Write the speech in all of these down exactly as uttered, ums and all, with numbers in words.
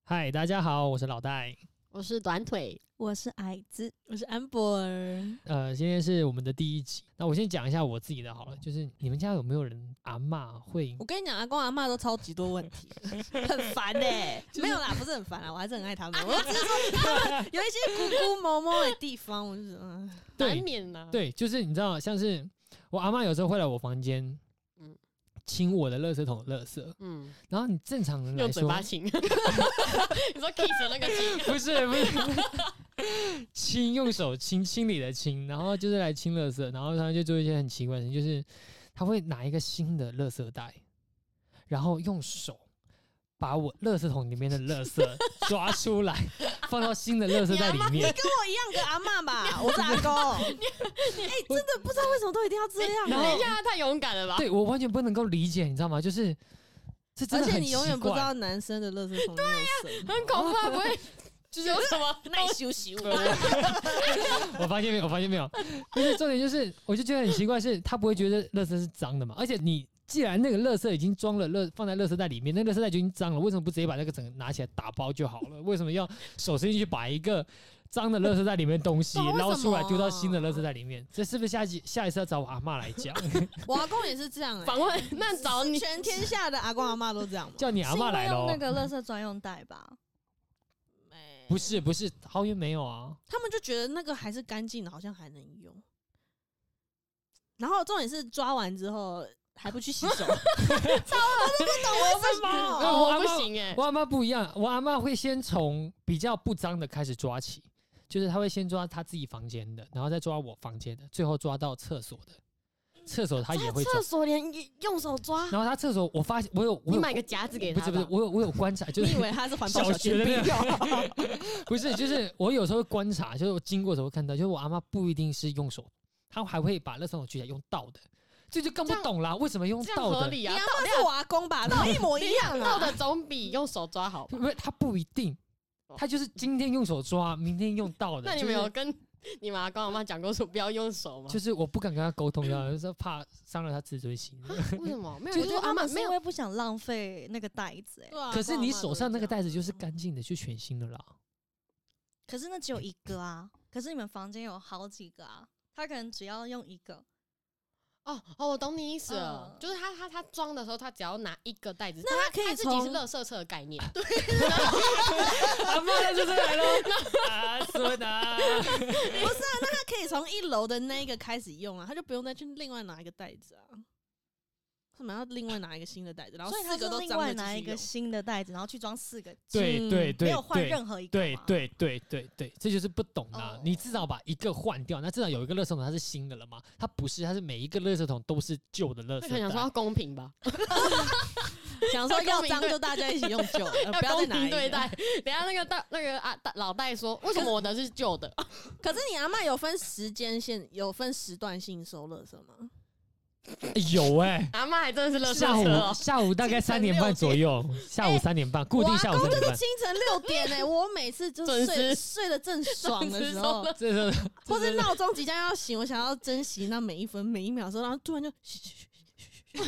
嗨，大家好，我是老戴， 我是短腿， 我是矮子， 我是安博尔。 呃，今天是我们的第一集。那我先讲一下我自己的好了，就是你们家有没有人阿嬷会？ 我跟你讲，阿公阿嬷都超级多问题，很烦哎、欸就是。没有啦，不是很烦啦，我还是很爱他们。我只是说他们有一些咕咕毛毛的地方，我就是嗯，难免啦。 对，就是你知道，像是我阿嬷有时候会来我房间，嗯。清我的垃圾桶的垃圾，嗯，然后你正常人来说用嘴巴清，你说 kiss 那个清， 不是不是清，用手清清理的清，然后就是来清垃圾，然后他就做一些很奇怪的事情，就是他会拿一个新的垃圾袋，然后用手把我垃圾桶里面的垃圾抓出来，放到新的垃圾袋里面。 你跟我一样个阿嬷吧，我是阿公。哎、欸，真的不知道为什么都一定要这样、欸。等一下，太勇敢了吧？ 对，我完全不能够理解，你知道吗？就是这真的很奇怪， 而且你永远不知道男生的垃圾桶里面有什么， 很恐怖，不会就是有什么耐羞羞。 我发现没有，我发现没有，就是重点就是，我就觉得很奇怪，是他不会觉得垃圾是脏的嘛？而且你。既然那个垃圾已经装了垃放在垃圾袋里面，那垃圾袋就已经脏了，为什么不直接把那个整个拿起来打包就好了？为什么要手伸进去把一个脏的垃圾袋里面的东西捞出来丢到新的垃圾袋里面？这是不是下集下一次要找我阿嬷来讲？ 我阿公也是这样、欸， 访问那找你全天下的阿公阿嬷都这样吗？ 叫你阿嬷来咯。 那个垃圾专用袋吧？ 不是不是，桃园没有啊。 他们就觉得那个还是干净的，好像还能用。然后重点是抓完之后。还不去洗手，超我都不懂为什么。 我不行哎， 我阿嬷不一样，我阿嬷会先从比较不脏的开始抓起，就是她会先抓她自己房间的，然后再抓我房间的，最后抓到厕所的。厕所她也会抓， 厕所连用手抓。 然后她厕所，我发现我有，我有你买个夹子给她， 不是不是，我有我有观察，就是你以为她是环保小学的那个？ 不是，就是我有时候会观察，就是我经过的时候会看到，就是我阿嬷不一定是用手，她还会把垃圾桶举起来用倒的。这就更不懂啦，为什么用倒的？ 合理啊， 你阿嬷是我阿公吧？倒一模一样啊， 倒的总比用手抓好吧？ 不是，他不一定，他就是今天用手抓，明天用倒的。 那你们有跟你们阿公阿嬷讲过说不要用手吗？ 就是我不敢跟他沟通，就是怕伤了他自尊心。 为什么？没有， 就是阿嬷没有， 因为不想浪费那个袋子哎。 可是你手上那个袋子就是干净的，就全新的啦。 可是那只有一个啊，可是你们房间有好几个啊，他可能只要用一个。 哦哦，我懂你意思了，嗯、就是他他他装的时候，他只要拿一个袋子， 那他可以自己是垃圾车的概念。对， 阿嬷来就是来喽，阿孙啊， 不是啊，那他可以从一楼的那个开始用啊，他就不用再去另外拿一个袋子啊。什么要另外拿一个新的袋子，然后四个都另外拿一个新的袋子，然后去装四个， 对对对， 没有换任何一个， 对对对对对，这就是不懂啦。你至少把一个换掉，那至少有一个垃圾桶它是新的了嘛？它不是，它是每一个垃圾桶都是旧的垃圾袋。 想说要公平吧？ 想说要脏就大家一起用旧，不要公平对待。等下那个大那个啊老戴说，为什么我的是旧的？ 可是你阿嬷有分时间线，有分时段性收垃圾吗？ 有哎、欸， 阿嬷还真的是垃圾车、哦、下午下午大概三点半左右，下午三点半，固定下午三点半。 我阿公就是清晨六点哎、欸，我每次就睡睡得正爽的时候， 这是或是闹钟即将要醒，我想要珍惜那每一分每一秒的时候，然后突然就，我就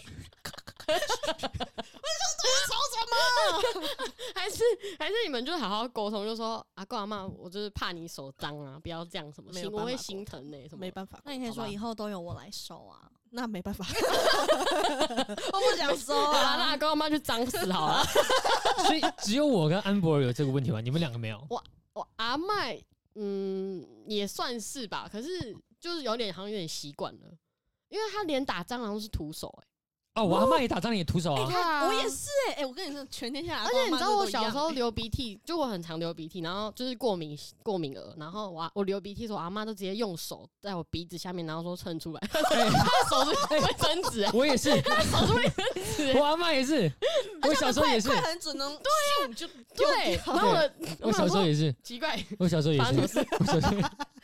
说吵什么？ 还是还是你们就好好沟通，就说阿公阿嬷，我就是怕你手脏啊，不要这样什么，心我会心疼呢、欸，什么没办法。 那你可以说以后都由我来收啊。 那没办法，我不想收啊。 好啦，那阿公阿嬷就脏死好了。 所以只有我跟安博尔有这个问题吗？你们两个没有？ 我我阿嬷嗯也算是吧，可是就是有点好像有点习惯了，因为他连打蟑螂都是徒手哎、欸。 哦，我阿嬷也打蟑螂也徒手啊！ 欸啊我也是哎、欸、哎、欸，我跟你说，全天下， 而且你知道我小时候流鼻涕，就我很常流鼻涕，然后就是过敏过敏儿，然后我我流鼻涕的时候，我阿嬷都直接用手在我鼻子下面，然后说蹭出来，他手是会伸直、欸， 我也是， 他手是会伸直、 我阿嬷也是，我小时候也是， 快很准哦， 对啊，就对，然后我我小时候也是， 奇怪， 我小时候也是，我小时候。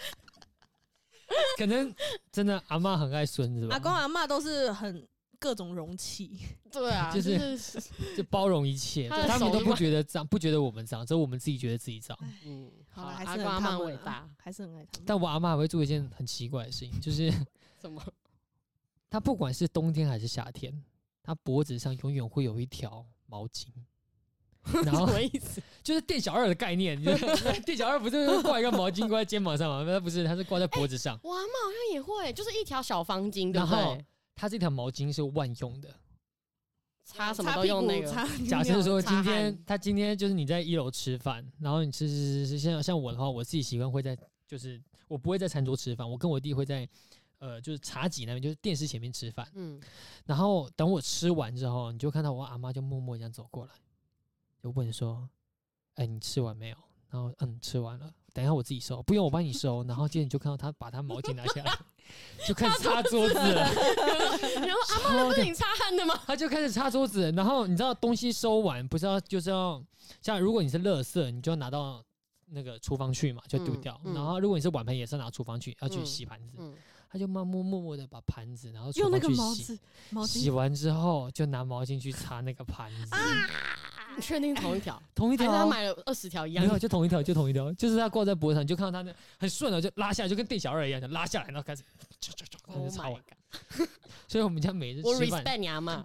可能真的阿嬷很爱孙子吧？ 阿公阿嬷都是很。各种容器， 对啊， 就是就包容一切，他们都不觉得脏，不觉得我们脏，只有我们自己觉得自己脏。 嗯， 好， 还是阿嬷伟大， 还是很爱他们。 但我阿嬷还会做一件很奇怪的事情，就是什么？ 她不管是冬天还是夏天，她脖子上永远会有一条毛巾， 然后什么意思？ 就是店小二的概念，就是店小二不是挂一个毛巾挂在肩膀上吗？那不是，它是挂在脖子上。 我阿嬷好像也会，就是一条小方巾，对然后不对？ 它这条毛巾是万用的。 擦什么都用那个。 擦屁股擦假设说擦汗今天他今天就是你在一楼吃饭，然后你吃吃吃吃，像像我的话，我自己习惯会在就是我不会在餐桌吃饭，我跟我弟会在呃就是茶几那边，就是电视前面吃饭。 嗯， 然后等我吃完之后，你就看到我阿妈就默默这样走过来，就问说：“哎，你吃完没有？”然后嗯，吃完了。等一下我自己收，不用我帮你收。然后接着你就看到他把他毛巾拿下来，就开始擦桌子了。 然后阿嬷那不是你擦汗的吗？ 他就开始擦桌子，然后你知道东西收完不是要就是要像如果你是垃圾，你就要拿到那个厨房去嘛，就丢掉。 嗯嗯、 然后如果你是碗盘，也是拿厨房去，要去洗盘子。 嗯嗯、 他就默默默默的把盘子，然后用那个去毛洗， 毛洗完之后就拿毛巾去擦那个盘子。 你确定同一条？ 同一条？ 还是他买了二十条一样？ 没有，就同一条，就同一条，就是他挂在脖子上，你就看到他那很顺的就拉下来，就跟店小二一样，就拉下来，然后开始就就就开始擦完。所以我们家每次我吃饭 respect 你阿嬷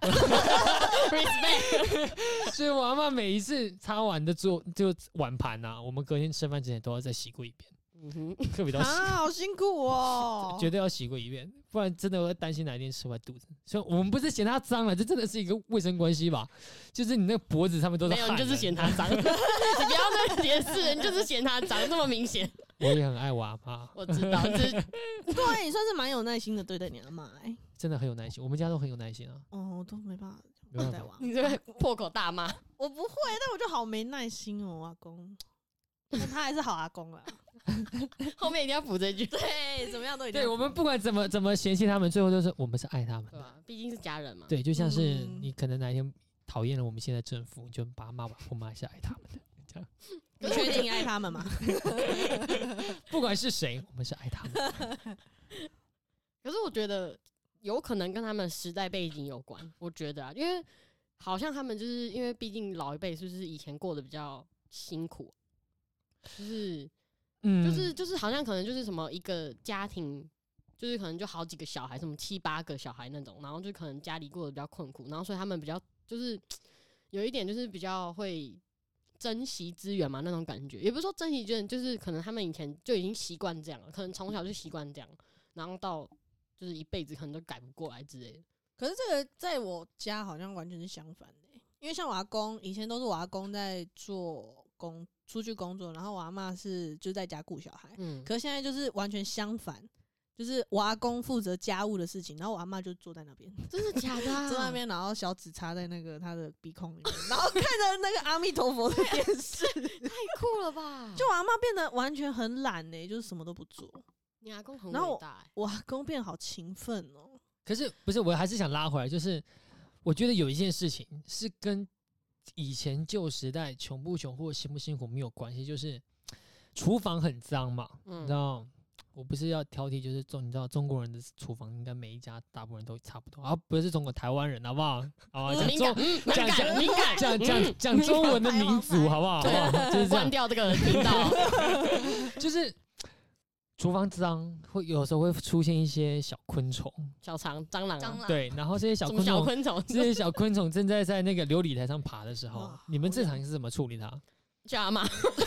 ，respect。 所以我阿嬷每一次擦完的桌就碗盘啊，我们隔天吃饭之前都要再洗过一遍。嗯哼，特别都洗啊，好辛苦哦， 绝对要洗过一遍，不然真的会担心哪一天吃坏肚子。所以我们不是嫌它脏了，这真的是一个卫生关系吧？就是你那个脖子上面都是汗。 没有，你就是嫌它脏。你不要再解释，你就是嫌它脏，这么明显。 我也很爱我阿嬷， 我知道，这对你算是蛮有耐心的对待你阿嬷，哎， 真的很有耐心，我们家都很有耐心啊。 哦，我都没办法没办法， 你这个破口大骂。 我不会，但我就好没耐心哦，我阿公。但他还是好阿公啊。 后面一定要补这句， 对，怎么样都一定。 对，我们不管怎么怎么嫌弃他们，最后都是我们是爱他们的， 对吧？毕竟是家人嘛。 对，就像是你可能哪一天讨厌了我们现在政府，你就把他骂完，我们还是爱他们的，这样。 你确定爱他们吗？ 不管是谁，我们是爱他们的。 可是我觉得有可能跟他们时代背景有关，我觉得啊，因为好像他们就是因为毕竟老一辈是不是以前过得比较辛苦，就是。嗯，就是就是好像可能就是什么一个家庭，就是可能就好几个小孩，什么七八个小孩那种，然后就可能家里过得比较困苦，然后所以他们比较就是有一点就是比较会珍惜资源嘛那种感觉，也不是说珍惜资源，就是可能他们以前就已经习惯这样了，可能从小就习惯这样，然后到就是一辈子可能都改不过来之类的。 可是这个在我家好像完全是相反的、欸，因为像我阿公以前都是我阿公在做工。出去工作，然后我阿嬷是就在家顾小孩，嗯，可是现在就是完全相反，就是我阿公负责家务的事情，然后我阿嬷就坐在那边， 真的假的、啊？ 坐在那边，然后小指插在那个他的鼻孔里面，然后看着那个阿弥陀佛的电视， 太酷了吧！ 就我阿嬷变得完全很懒呢、欸，就是什么都不做。 你阿公很伟大、欸， 我阿公变好勤奋哦、喔。 可是不是，我还是想拉回来，就是我觉得有一件事情是跟。以前旧时代穷不穷或辛不辛苦没有关系，就是厨房很脏嘛，嗯、你知道？我不是要挑剔，就是中，你知道中国人的厨房应该每一家大部分人都差不多，啊，不是中国台湾人，好不好？好吧，讲中讲讲讲讲讲中文的民族，好不好？好不好？就是这样。 关掉这个频道， 就是。厨房脏，会有时候会出现一些小昆虫、 小肠、蟑螂、啊， 对，然后这些小昆虫， 昆虫这些小昆虫正在在那个琉璃台上爬的时候，你们正常是怎么处理它？ 叫阿嬷，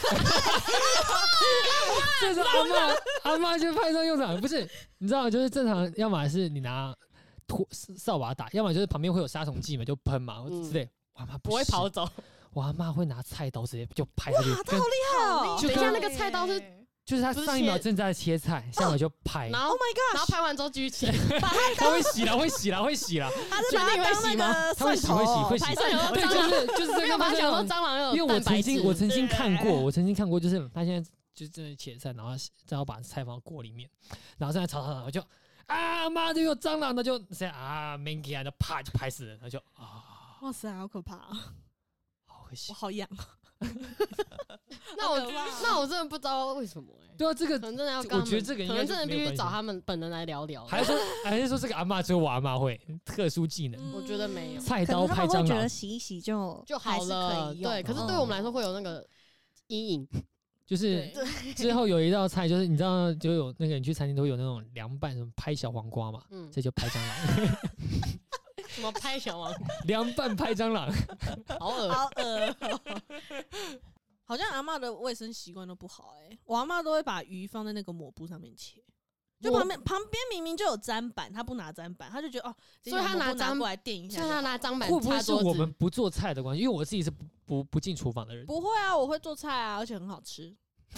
这是阿嬷，阿嬷就派上用场。不是，你知道，就是正常，要么是你拿拖扫把打，要么就是旁边会有杀虫剂嘛，就喷嘛，或者之类。我阿嬷不会跑走， 我阿嬷会拿菜刀直接就拍下去。 哇，他好厉害哦！ 等一下，那个菜刀是。 就是他上一秒正在切菜，下一秒就拍， 然后 Oh my god， 然后拍完之后继续切， 他会洗了，会洗了，会洗了。 他是把它当那个他会洗，会洗，会洗。对，就是就是这个。 把想说蟑螂有， 因为我曾经我曾经看过，我曾经看过，就是他现在就正在切菜，然后再要把菜放到锅里面，然后正在炒炒炒，就啊妈，就有蟑螂，那就这样啊 ，Manky 啊，就啪就拍死了，他就啊， 哇塞，好可怕啊！ 好可惜， 我好痒。 那我那我真的不知道为什么哎、欸。 对啊，这个可能真的要跟他们， 我觉得这个可能真的必须找他们本人来聊聊。 还是说还是说这个阿嬷只有我阿嬷会特殊技能？ 嗯、我觉得没有。 菜刀拍蟑螂， 觉得洗一洗就就好了。对，可是对我们来说会有那个阴影。 就是之后有一道菜，就是你知道，就有那个你去餐厅都有那种凉拌什么拍小黄瓜嘛，嗯，这就拍蟑螂。 么拍小王？ 凉拌拍蟑螂， 好恶， 好恶。好像阿嬷的卫生习惯都不好哎、欸，我阿嬷都会把鱼放在那个抹布上面切，就旁边旁边明明就有砧板，他不拿砧板，他就觉得哦， 所以他拿砧过来垫一下， 所以他拿砧板会不会是擦桌子我们不做菜的关系？因为我自己是不不不进厨房的人。 不会啊，我会做菜啊，而且很好吃。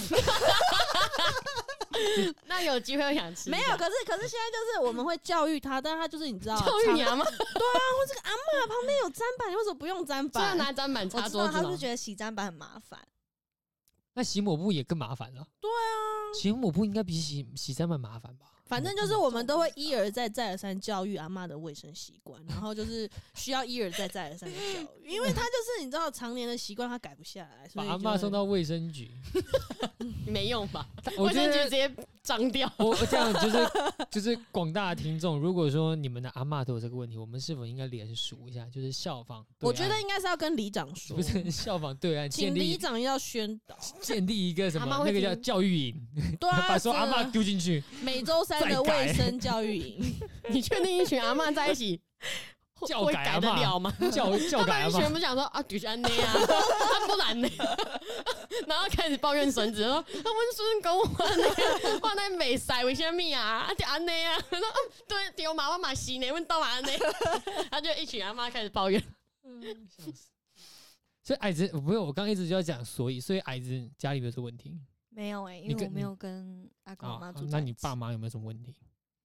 那有机会会想吃？ 没有，可是可是现在就是我们会教育他，但是他就是你知道， 教育你阿嬷， 对啊，或这个阿嬷旁边有砧板，你为什么不用砧所以板？ 拿砧板我擦桌子吗。 知道他是觉得洗砧板很麻烦。 那洗抹布也更麻烦了。 对啊， 洗抹布应该比洗洗砧板麻烦吧？ 反正就是我们都会一而再再而三教育阿嬷的卫生习惯，然后就是需要一而再再而三的教育，因为他就是你知道常年的习惯他改不下来，所把阿以就会嬷送到卫生局， 没用吧？ 我卫觉得生局直接脏掉。 我我这样就是就是广大的听众，如果说你们的阿嬷都有这个问题，我们是否应该联署一下，就是效仿对岸？ 我觉得应该是要跟里长说， 不是效仿对岸， 请建立里长要宣导， 建立一个什阿嬷会么那个叫听教育营， 对啊， 把说阿真的嬷丢进去， 每周三的再改卫生教育营， 你确定一群阿嬷在一起会教会改改阿嬷得了吗？ 教教他改阿嬷。 们全部讲说啊，就是安内啊，他不然呢？然后开始抱怨孙子说：“啊，温孙跟我那个我那美塞为什么啊？啊就安内啊！”他说：“嗯，对，丢妈妈马西呢，问到安内。”他就一群阿妈开始抱怨。 所以矮子不是我刚刚一直就要讲，所以所以矮子家里没有这个问题没有哎、欸，因你跟为我没有跟阿公阿啊妈住在一起。 那你爸妈有没有什么问题？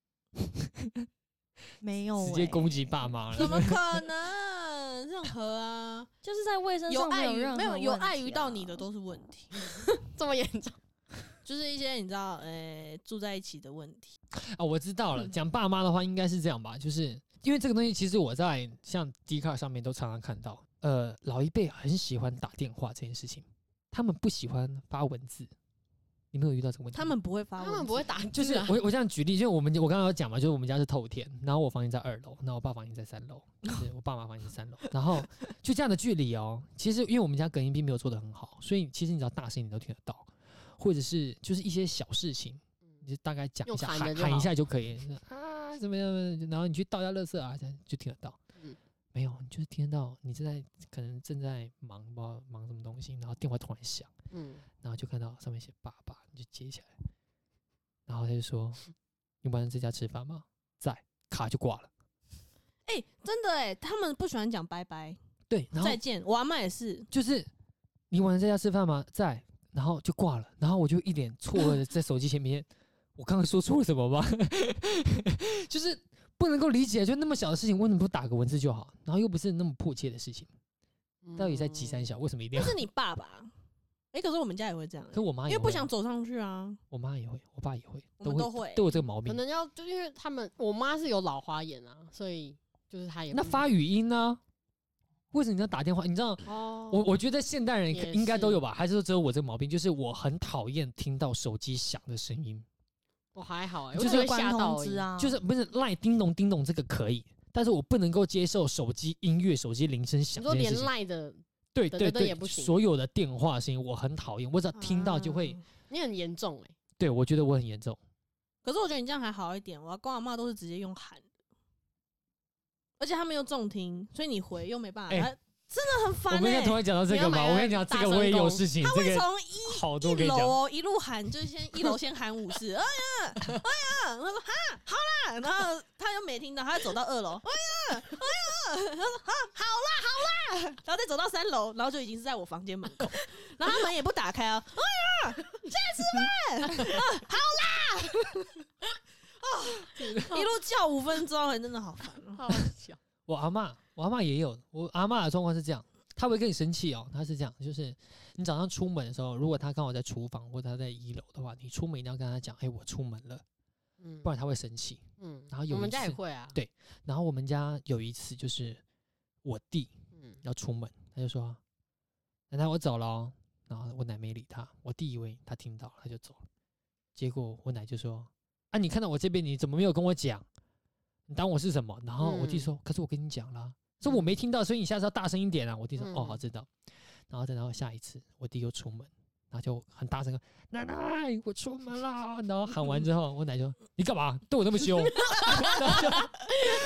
没有、欸？ 直接攻击爸妈怎了。 么可能？任何啊， 就是在卫生有上有碍于没有任何问有碍于题啊到你的都是问题， 这么严重？ 就是一些你知道，呃，住在一起的问题。 啊，我知道了。 嗯讲爸妈的话，应该是这样吧，就是因为这个东西，其实我在像 Dcard 上面都常常看到，呃，老一辈很喜欢打电话这件事情，他们不喜欢发文字。你们有遇到这个问题吗？ 他们不会发文字， 他们不会打字啊， 就是我我这样举例，就是我们我刚刚有讲嘛，就是我们家是透天，然后我房间在二楼，然后我爸房间在三楼，就是我爸妈房间是三楼，然后就这样的距离哦。其实因为我们家隔音并没有做得很好，所以其实你只要大声你都听得到，或者是就是一些小事情，你就大概讲一下， 用喊的就好喊喊一下就可以啊，怎么样？然后你去倒一下垃圾啊，这样就听得到。 嗯没有，你就是听得到你正在可能正在忙，不知道忙什么东西，然后电话突然响。 嗯， 然后就看到上面写爸爸，你就接起来，然后他就说：“你晚上在家吃饭吗？”在，卡就挂了。 哎、欸，真的哎、欸，他们不喜欢讲拜拜， 对，然后再见。我阿嬷也是， 就是你晚上在家吃饭吗？在，然后就挂了，然后我就一脸错愕的在手机前面，我刚刚说错了什么吗？就是不能够理解，就那么小的事情，为什么不打个文字就好？然后又不是那么迫切的事情，到底在急三小？为什么一定要？ 那是你爸爸。哎、欸，可是我们家也会这样、欸， 可我妈也会、啊、 因为不想走上去啊。 我妈也会，我爸也会， 我们都会都有这个毛病。 可能要就因为他们，我妈是有老花眼啊，所以就是她也那发语音呢？为什么你要打电话？你知道， 哦， 我我觉得现代人也应该都有吧？还是说只有我这个毛病？就是我很讨厌听到手机响的声音。 我还好哎、欸， 就是我只会关吓到而已通知啊， 就是不是赖叮咚叮咚这个可以，但是我不能够接受手机音乐、手机铃声响你说连这件事情。 赖的， 对对对等等也不，行所有的电话声音我很讨厌，我只要听到就会， 啊你很严重哎、欸， 对我觉得我很严重。 可是我觉得你这样还好一点，我阿公阿嬷都是直接用喊的，而且他们又重听，所以你回又没办法， 欸他真的很烦哎、 我们现在突然讲到这个嘛， 你要买我跟你讲，这个我也有事情， 他这个会从一好多一跟你讲。 楼哦一路喊，就先一楼先喊五次，哎呀哎呀，他说哈好啦，然后他又没听到，他走到二楼，哎呀哎呀，他说哈好啦好啦，然后再走到三楼，然后就已经是在我房间门口，然后他门也不打开啊，哎呀现在吃饭，啊好啦，啊一路叫五分钟，真的好烦哦。 好笑， 我阿嬷，我阿嬷也有，我阿嬷的状况是这样，她会跟你生气哦，她是这样，就是你早上出门的时候，如果她刚好在厨房或者她在一楼的话，你出门一定要跟她讲，哎、欸，我出门了， 嗯不然她会生气。 嗯， 然后有一我们家也次会啊， 对然后我们家有一次就是我弟嗯， 要出门，他就说：“奶奶，我走了哦。”然后我奶没理他，我弟以为他听到了，他就走了。结果我奶就说：“啊，你看到我这边，你怎么没有跟我讲？你当我是什么？”然后我弟说：“可是我跟你讲了，说我没听到，所以你下次要大声一点啊。”我弟说：“ 嗯哦，好，知道。”然后再然后下一次，我弟又出门，然后就很大声说：“奶奶，我出门了。”然后喊完之后，我奶就说：“你干嘛对我那么凶？”然后就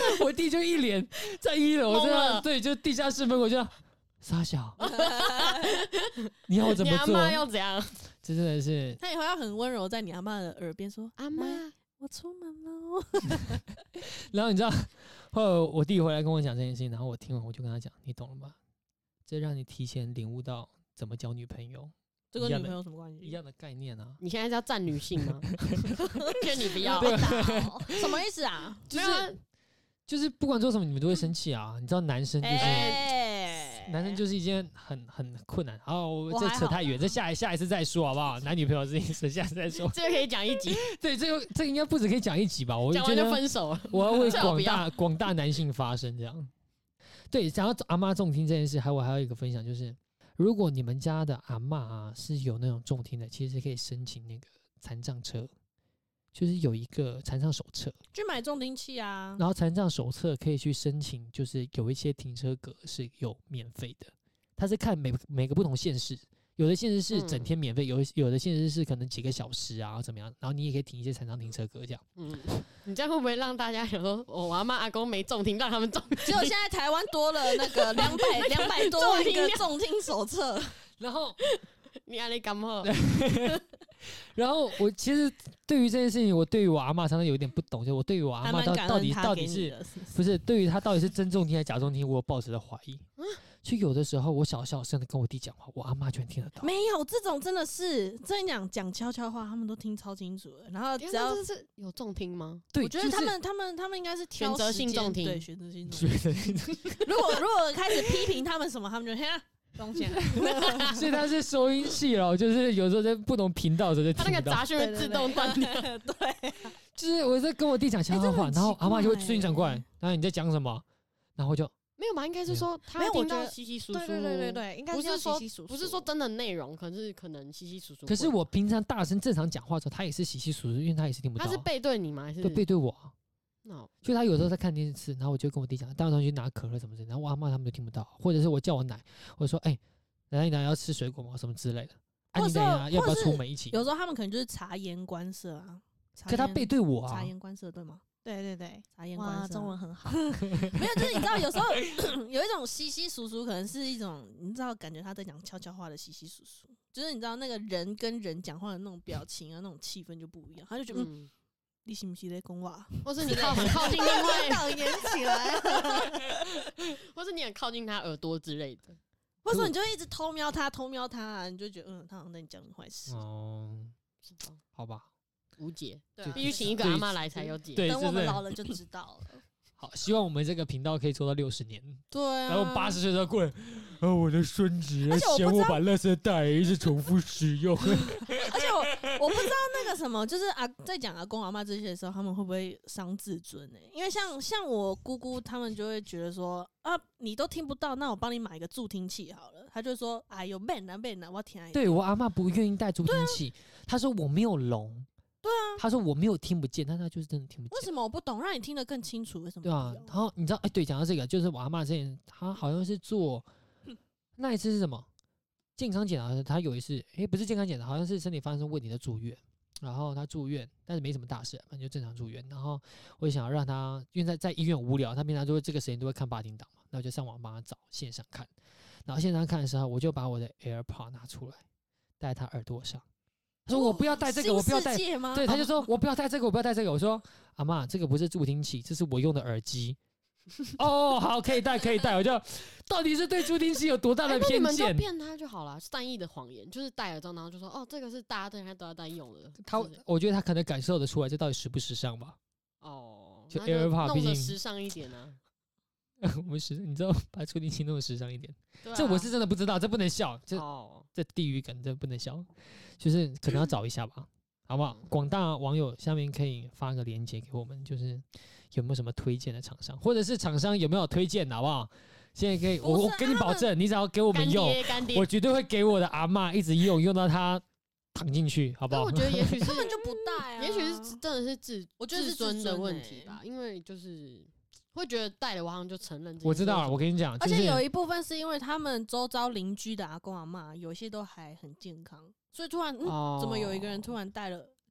我弟就一脸在一楼， 懵了对，就地下室门口就傻小，你要我怎么做？ 你阿妈要怎样？ 这真的是他以后要很温柔，在你阿妈的耳边说：“ 阿妈， 我出门喽。” 然后你知道，后来我弟回来跟我讲这件事情，然后我听完我就跟他讲，你懂了吗？这让你提前领悟到怎么交女朋友， 这跟女朋友有什么关系？ 一样的概念啊。 你现在是要站女性吗？劝你不要， 什么意思啊？ 就是就是不管做什么，你们都会生气啊。你知道男生就是。 欸男生就是一件很很困难，好，我我这扯太远，这下一下一次再说好不好？男女朋友的事情，下一次再说。 这个可以讲一集， 对，这个这个应该不止可以讲一集吧？我讲完就分手了。 我要为广大广大男性发声，这样。对，讲到阿嬷重听这件事，还有我还有一个分享，就是如果你们家的阿嬷啊是有那种重听的，其实可以申请那个残障车。就是有一个残障手册， 去买重听器啊。 然后残障手册可以去申请，就是有一些停车格是有免费的。它是看每每个不同县市，有的县市是整天免费，有有的县市是可能几个小时啊怎么样，然后你也可以停一些残障停车格这样。 嗯，你这样会不会让大家想说，我阿妈阿公没重听，让他们重听？ 结果现在台湾多了那个两百两百多万个重听手册， 然后你阿里干嘛？ 然后我其实对于这件事情，我对于我阿嬷常常有点不懂，就我对于我阿嬷到到底到底是不是对于她到底是真重听还是假重听，我有抱持的怀疑。就有的时候我小小声的跟我弟讲话，我阿嬷居然听得到。 没有这种真的是，真讲讲悄悄话，他们都听超清楚的。然后只要是有重听吗？ 对， 我觉得他们他们他们应该是选择性重听， 对，选择性重听。如果如果开始批评他们什么，他们就嘿啊。 所以它是收音器咯，就是有时候在不同频道的时候就听到， 它那个杂讯会自动断掉。 对， 就是我在跟我弟讲悄悄话，然后阿嬷就会瞬间转过来，然后你在讲什么，然后我就没有嘛，应该是说他听到稀稀疏疏， 对对对对对，应该是稀稀疏疏， 不是说真的内容，可是可能稀稀疏疏。 可是我平常大声正常讲话的时候，他也是稀稀疏疏，因为他也是听不到。 他是背对你吗？还是对背对我？ No. 就他有时候在看电视，然后我就跟我弟讲，带我去拿可乐什么之类的，然后我阿嬷他们都听不到，或者是我叫我奶，我说哎，奶奶你等下要吃水果吗？什么之类的，啊你等一下要不要出门一起？ 有时候他们可能就是察言观色啊， 可他背对我啊， 察言观色对吗？ 对对对， 察言观色， 中文很好。 没有，就是你知道，有时候有一种稀稀疏疏，可能是一种你知道，感觉他在讲悄悄话的稀稀疏疏，就是你知道那个人跟人讲话的那种表情啊，那种气氛就不一样，他就觉得。嗯你是不是在讲话？ 或是你靠很靠近另外导演起来， 或是你很靠近他耳朵之类的， 或者说你就一直偷瞄他，偷瞄他、啊，你就觉得嗯，他好像在讲你坏事。 哦，好吧， 无解， 对、啊， 必须请一个阿嬷来才有解。 等我们老了就知道了。 好，希望我们这个频道可以做到六十年。 对啊， 然后八十岁都过来，哦，我的孙子嫌我把垃圾袋一直重复使用。 而且我我不知道那个什么，就是啊，在讲阿公阿嬷这些的时候，他们会不会伤自尊呢、欸？因为像像我姑姑他们就会觉得说啊，你都听不到，那我帮你买一个助听器好了。他就说哎呦，笨啊笨啊，我听。 对我阿嬷不愿意带助听器，她、啊、说我没有聋。 对啊， 他说我没有听不见，但他就是真的听不见。 为什么我不懂？让你听得更清楚，为什么？ 对啊，然后你知道，哎、欸，对，讲到这个，就是我阿嬷之前，她好像是做那一次是什么健康检查，她有一次，哎、欸，不是健康检查，好像是身体发生问题的住院，然后她住院，但是没什么大事，反正就正常住院。然后我就想要让她，因为在在医院无聊，她平常就会这个时间都会看八点档嘛，那我就上网帮她找线上看，然后线上看的时候，我就把我的 AirPod 拿出来戴在她耳朵上。他说我不要戴这个，我不要戴。对，他就说我不要戴这个，我不要戴这个。我说阿嬷，这个不是助听器，这是我用的耳机。哦，好，可以戴，可以戴。我就到底是对助听器有多大的偏见？ 欸、你们就骗他就好了，善意的谎言，就是戴耳罩，然后就说哦，这个是大家大家都要戴用的。 他，我觉得他可能感受得出来，这到底时不时尚吧？ 哦， 就 AirPod 毕竟时尚一点啊。 我们时，你知道把助听器弄得时尚一点， 啊、 这我是真的不知道，这不能笑，这、 哦、 这地狱梗，这不能笑，就是可能要找一下吧，好不好？广大网友下面可以发个链接给我们，就是有没有什么推荐的厂商，或者是厂商有没有推荐，好不好？现在可以，我我跟你保证，你只要给我们用，我绝对会给我的阿嬷一直用，用到她躺进去，好不好？ 我觉得也许是他们就不戴啊， 也许是真的是自， 我觉得是自尊的问题吧，因为就是。会觉得戴了，我好像就承认。 我知道了，我跟你讲， 而且有一部分是因为他们周遭邻居的阿公阿嬷，有些都还很健康，所以突然、嗯哦、怎么有一个人突然戴了，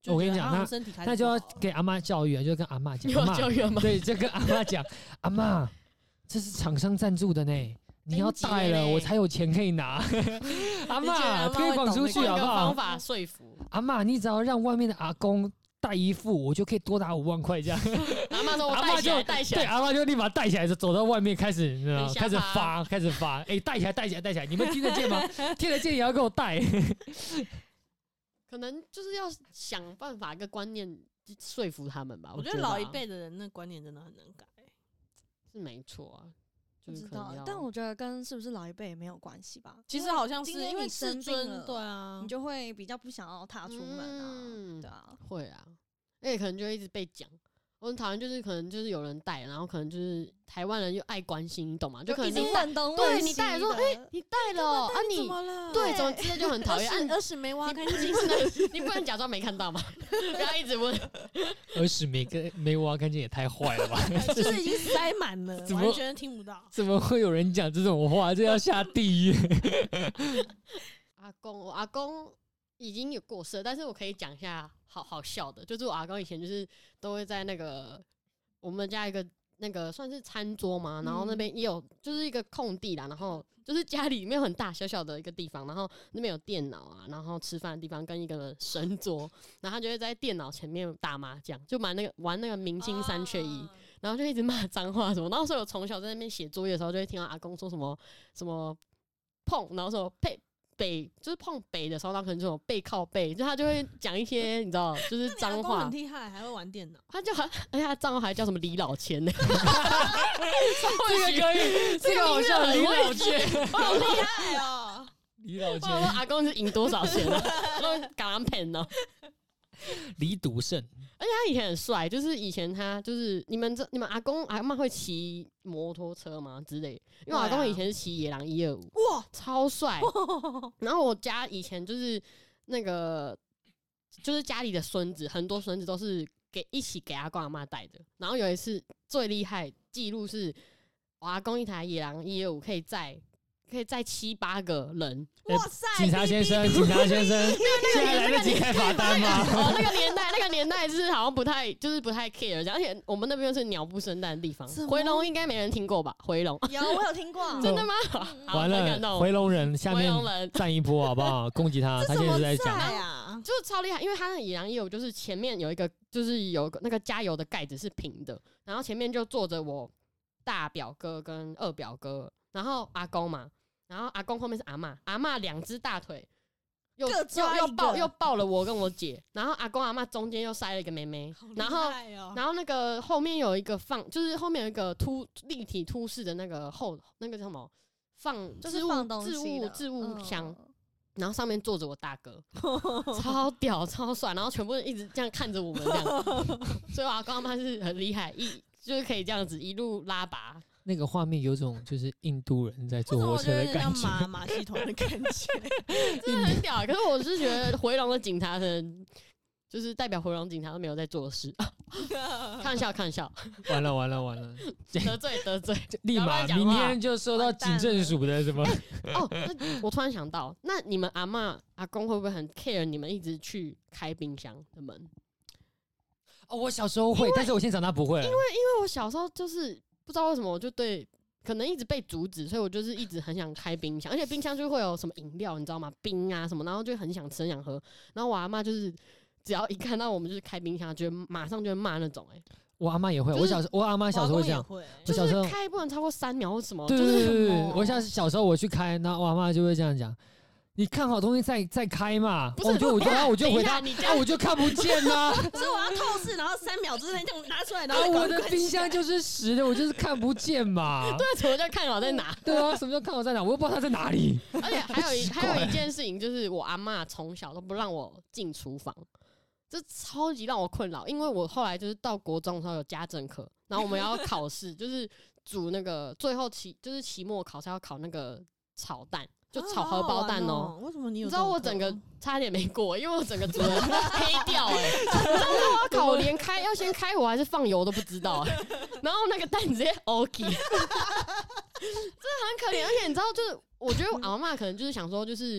我跟你讲，那身体开始那就要给阿嬷教育啊，就跟阿嬷讲， 有教育吗？ 对，就跟阿嬷讲，阿嬷，这是厂商赞助的呢。你要带了，我才有钱可以拿。阿嬷推广出去好不好？ 方法说服阿嬷，你只要让外面的阿公带一副，我就可以多打五万块这样。 阿嬷说：“我带起来，带起来。” 对，阿嬷就立马带起来，就走到外面开始，你知道开始发，开始发。哎、欸，带起来，带起来，带起来！你们听得见吗？听得见也要给我带。 可能就是要想办法一个观念说服他们吧。 我觉得老一辈的人那观念真的很难改， 是没错啊。 不知道，但我觉得跟是不是老一辈也没有关系吧。 其实好像是因为自尊，对啊， 你就会比较不想要踏出门啊，嗯、对啊， 会啊，而且可能就会一直被讲。我很讨厌，就是可能就是有人带，然后可能就是台湾人又爱关心，你懂吗？就可能你带，对你带说，哎、欸，你带了、喔、啊你， 怎么了？ 对，怎么之类就很讨厌。 耳屎没挖干净， 你不能假装没看到吗？不要一直问。 耳屎没跟没挖干净也太坏了吧？ 就是已经塞满了，完全听不到。 怎么会有人讲这种话？这要下地狱。 阿公，我阿公已经有过世，但是我可以讲一下。好好笑的，就是我阿公以前就是都会在那个我们家一个那个算是餐桌嘛，然后那边也有就是一个空地啦，然后就是家里面很大小小的一个地方，然后那边有电脑啊，然后吃饭的地方跟一个神桌，然后他就会在电脑前面打麻将，就玩那个玩那个明星三缺一，然后就一直骂脏话什么，然后所以我从小在那边写作业的时候，就会听到阿公说什么什么碰，然后说呸。北就是碰北的时候，他可能这种背靠背，就他就会讲一些你知道，就是脏话。 很厉害，还会玩电脑。 他就还，而且他账号还叫什么李老千呢？ 这个可以，这个好像李老千， 好厉害哦！ 李老千， 阿公是赢多少钱啊？都港人骗哦。 李笃胜， 而且他以前很帅，就是以前他就是你们这你们阿公阿嬷会骑摩托车吗之类？因为我阿公以前是骑野狼一二五，哇，超帅。然后我家以前就是那个就是家里的孙子，很多孙子都是给一起给阿公阿嬷带的。然后有一次最厉害记录是，我阿公一台野狼一二五可以载。可以载七八个人， 哇塞！ 警察先生，警察先生，现在来得及开罚单吗？ 哦，那个年代，那个年代是好像不太，就是不太 care 这样，而且我们那边是鸟不生蛋的地方。回龙应该没人听过吧？回龙有，我有听过， 真的吗？ 完了，回龙人下面站一波好不好？攻击他，他现在是在讲啊， 就是超厉害，因为他的野狼业务就是前面有一个，就是有那个加油的盖子是平的，然后前面就坐着我大表哥跟二表哥，然后阿公嘛。然后阿公后面是阿嬷，阿嬷两只大腿又又又抱又抱了我跟我姐，然后阿公阿嬷中间又塞了一个妹妹，然后、 哦、 然后那个后面有一个放，就是后面有一个凸立体凸式的那个后那个叫什么放置物置物置物箱， 嗯、 然后上面坐着我大哥，超屌超帅，然后全部人一直这样看着我们这样，所以我阿公阿嬷是很厉害，一就是可以这样子一路拉拔。 那个画面有种就是印度人在坐火车的感觉， 马马戏团的感觉， 真的很屌。可是我是觉得回龙的警察可能就是代表回龙警察都没有在做事，开玩笑开玩笑。 完了完了完了， 得罪得罪， 立马明天就收到警政署的什么？ 欸、哦，那我突然想到，那你们阿嬷阿公会不会很 care 你们一直去开冰箱的门？ 哦，我小时候会，但是我现在长大不会了， 因为因为我小时候就是。不知道为什么，我就对可能一直被阻止，所以我就是一直很想开冰箱，而且冰箱就会有什么饮料，你知道吗？冰啊什么，然后就很想吃，很想喝。然后我阿嬷就是只要一看到我们就是开冰箱，就马上就会骂那种、欸。哎， 我阿嬷也会，就是、我小时我阿嬷小时候会这样， 我小时候开不能超过三秒或什么。 对对对对， 就是我像小时候我去开，然后我阿嬷就会这样讲。你看好东西再再开嘛，我就我就然后我就回答，啊我就看不见啦， 所以我要透视，然后三秒之内这样拿出来，然后啊我的冰箱就是实的，我就是看不见嘛。 对，什么叫看好在哪？ 对啊，什么叫看好在哪？我又不知道它在哪里。 而且还有一还有一件事情就是我阿嬷从小都不让我进厨房，这超级让我困扰，因为我后来就是到国中的时候有家政课，然后我们要考试，就是煮那个最后期就是期末考试要考那个炒蛋。就炒荷包蛋哦、喔， 为什么你有？ 你知道我整个差点没过，因为我整个煮的黑掉哎、欸，真的我要考，我连开要先开火还是放油都不知道哎、欸，然后那个蛋直接 OK， 真的很可怜，而且你知道，就是我觉得我阿嬷可能就是想说，就是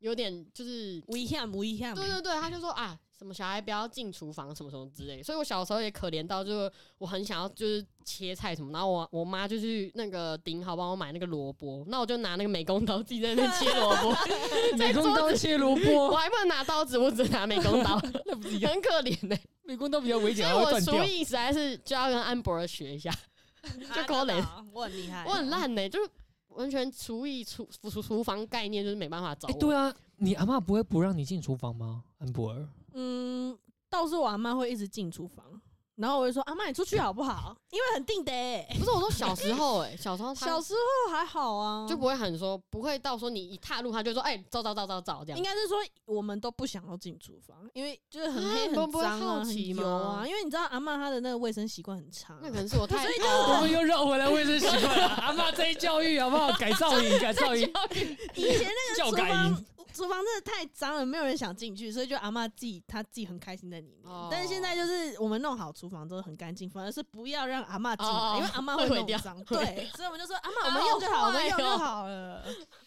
有点就是危险危险。 对对对，他就说啊，什么小孩不要进厨房，什么什么之类的。所以我小时候也可怜到，就是我很想要就是切菜什么，然后我我妈就去那个顶好帮我买那个萝卜，那我就拿那个美工刀自己在那边切萝卜， 美工刀切萝卜， 我还不能拿刀子，我只能拿美工刀， 那不是一样？ 很可怜呢、欸。 美工刀比较危险， 所以我还会断掉。 厨艺实在是就要跟安博尔学一下，就可怜、 啊，我很厉害， 我很烂呢、欸，就是完全厨艺厨厨厨房概念就是没办法找我。 哎、对啊，你阿嬷不会不让你进厨房吗？安博尔？ 嗯，倒是我阿妈会一直进厨房，然后我就说阿妈你出去好不好？因为很定的、欸。 不是我说小时候哎、欸，小时候小时候还好啊， 就不会很说，不会到说你一踏入他就说哎走走走走走这样。 应该是说我们都不想要进厨房，因为就是很黑啊很脏啊， 不会好奇很油啊。 吗因为你知道阿妈她的那个卫生习惯很差， 那可能是我太所以就我们又绕回来卫生习惯了。阿嬷这一教育好不好？改造营，改造营， 以前那教改个厨房营。 厨房真的太脏了，没有人想进去，所以就阿嬷自己她自己很开心在里面。 哦但是现在就是我们弄好厨房之后很干净，反而是不要让阿嬷进来， 哦因为阿嬷会毁掉弄脏。对，所以我们就说阿嬷我们用就好， 好我们用就坏哦好了。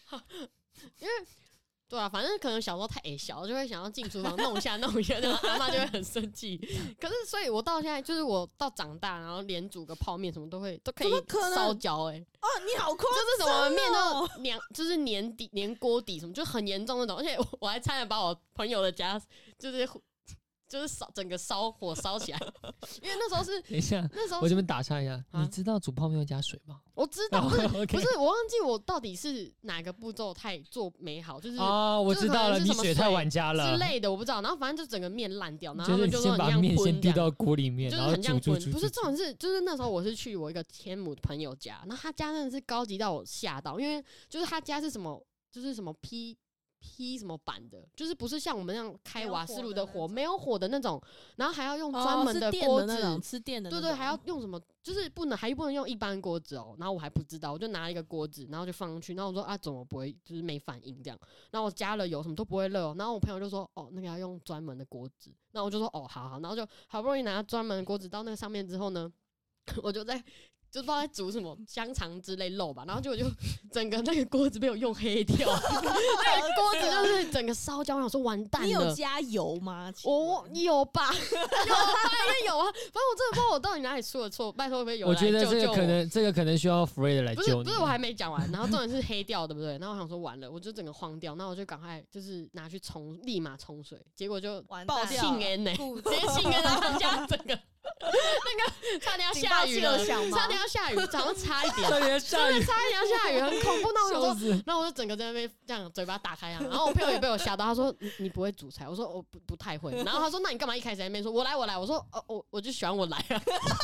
对啊，反正可能小时候太矮小，就会想要进厨房弄一下弄一下，然后阿妈就会很生气。可是所以，我到现在就是我到长大，然后连煮个泡面什么都会都可以怎么可能烧焦哎、欸， 哦，你好夸就是什么面哦都粘，就是粘底粘锅底什么，就很严重那种。而且我我还差点把我朋友的家就是就是烧整个烧火烧起来，因为那时候是等一下， 那时候我这边打岔一下， 啊你知道煮泡面会加水吗？ 我知道，不是哦，OK 不是，我忘记我到底是哪个步骤太做没好，就是哦，我知道了，你就是可能是什么水太晚加了之类的，我不知道。然后反正就整个面烂掉，然后他就是们就说先把很像面先喷这样。 丢到锅里面， 就是然后很像滚， 煮煮煮。 不是煮重点是，就是那时候我是去我一个天母朋友家，然后他家真的是高级到我吓到，因为就是他家是什么，就是什么 P P 什么板的，就是不是像我们那样开瓦斯炉的火，没有火的那种，然后还要用专门的锅子， 那种吃电的那种， 对对，还要用什么，就是不能还不能用一般锅子哦。然后我还不知道，我就拿了一个锅子，然后就放上去，然后我说啊，怎么不会，就是没反应这样。然后我加了油，什么都不会热哦。然后我朋友就说，哦，那个要用专门的锅子。然后我就说，哦，好好。然后就好不容易拿专门的锅子到那个上面之后呢，我就在。就不知道在煮什么香肠之类肉吧，然后结果就整个那个锅子被我用黑掉，那个锅子就是整个烧焦。我想说完蛋了， 你有加油吗？ 我有吧，有吧，应该有啊。反正我真的不知道我到底哪里出了错，拜托会有我来觉得这个救救我可能，这个可能需要 Fred 来不救你。 是不是，我还没讲完。然后重点是黑掉，对不对？然后我想说完了，我就整个慌掉，然后我就赶快就是拿去冲，立马冲水，结果就完爆蛋了庆烟呢， 故直接庆烟，然后家整个那个差点要下雨了， 警报器有响吗差点要下雨，早上差一点， 差点下雨真的差一点要下雨，很恐怖。那我想说。 笑死！ 然后我就整个在那边这样嘴巴打开啊，然后我朋友也被我吓到，他说你你不会煮菜，我说我不不太会，然后他说那你干嘛一开始在那边说我来我来，我说哦我我就喜欢我来啊，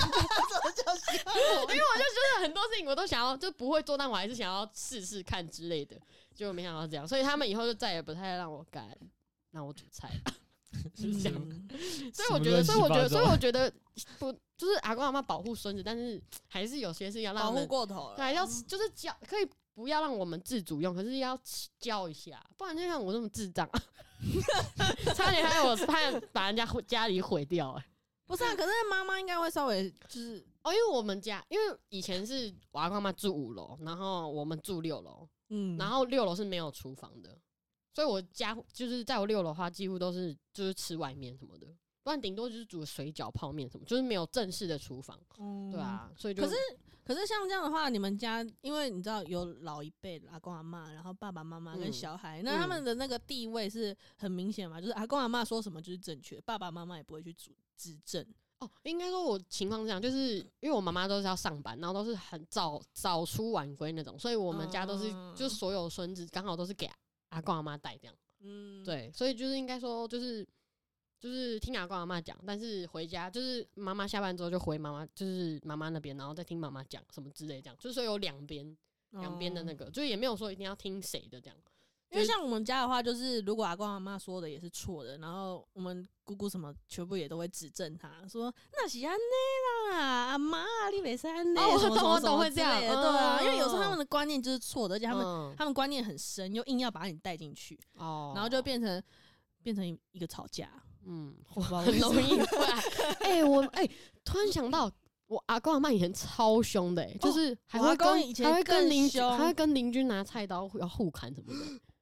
因为我就觉得很多事情我都想要就不会做，但我还是想要试试看之类的，结果没想到这样，所以他们以后就再也不太让我敢让我煮菜了。是这样， 嗯所以我觉得，所以我觉得，所以我得， 觉得不就是阿公阿妈保护孙子，但是还是有些事要让他保护们过头了， 对，要就是教可以不要让我们自主用，可是要教一下，不然就像我这么智障，差点害我差点把人家家里毁掉哎、欸。 不是啊？可是妈妈应该会稍微就是哦，因为我们家因为以前是我阿公阿妈住五楼，然后我们住六楼， 嗯， 然后六楼是没有厨房的，所以我家就是在我六楼的话，几乎都是就是吃外面什么的，不然顶多就是煮水饺、泡面什么，就是没有正式的厨房。 嗯对啊，所以就可是可是像这样的话，你们家因为你知道有老一辈的阿公阿嬷，然后爸爸妈妈跟嗯小孩，那他们的那个地位是很明显嘛，就是阿公阿嬷说什么就是正确，爸爸妈妈也不会去指指正。 哦，应该说我情况是这样，就是因为我妈妈都是要上班，然后都是很早早出晚归那种，所以我们家都是、 嗯就所有孙子刚好都是给阿公阿妈带这样。 嗯， 对，所以就是应该说就是就是听阿公阿妈讲，但是回家就是妈妈下班之后就回妈妈就是妈妈那边，然后再听妈妈讲什么之类这样，就是说有两边两边的那个。 个，就也没有说一定要听谁的这样。 因为像我们家的话，就是如果阿公阿妈说的也是错的，然后我们姑姑什么全部也都会指正他，说那是安内啦，阿妈你没是安内， 哦我什么什么什么懂我懂会这样之类的对啊， 嗯因为有时候他们的观念就是错的，而且他们、 嗯他们观念很深，又硬要把你带进去， 哦然后就变成变成一个吵架。 嗯， 我不知道很为什么容易会啊。哎、我哎、突然想到，我阿公阿妈以前超凶的、欸，就是还我阿会跟公以前还会跟更邻居凶还会跟邻居拿菜刀要互砍什么的。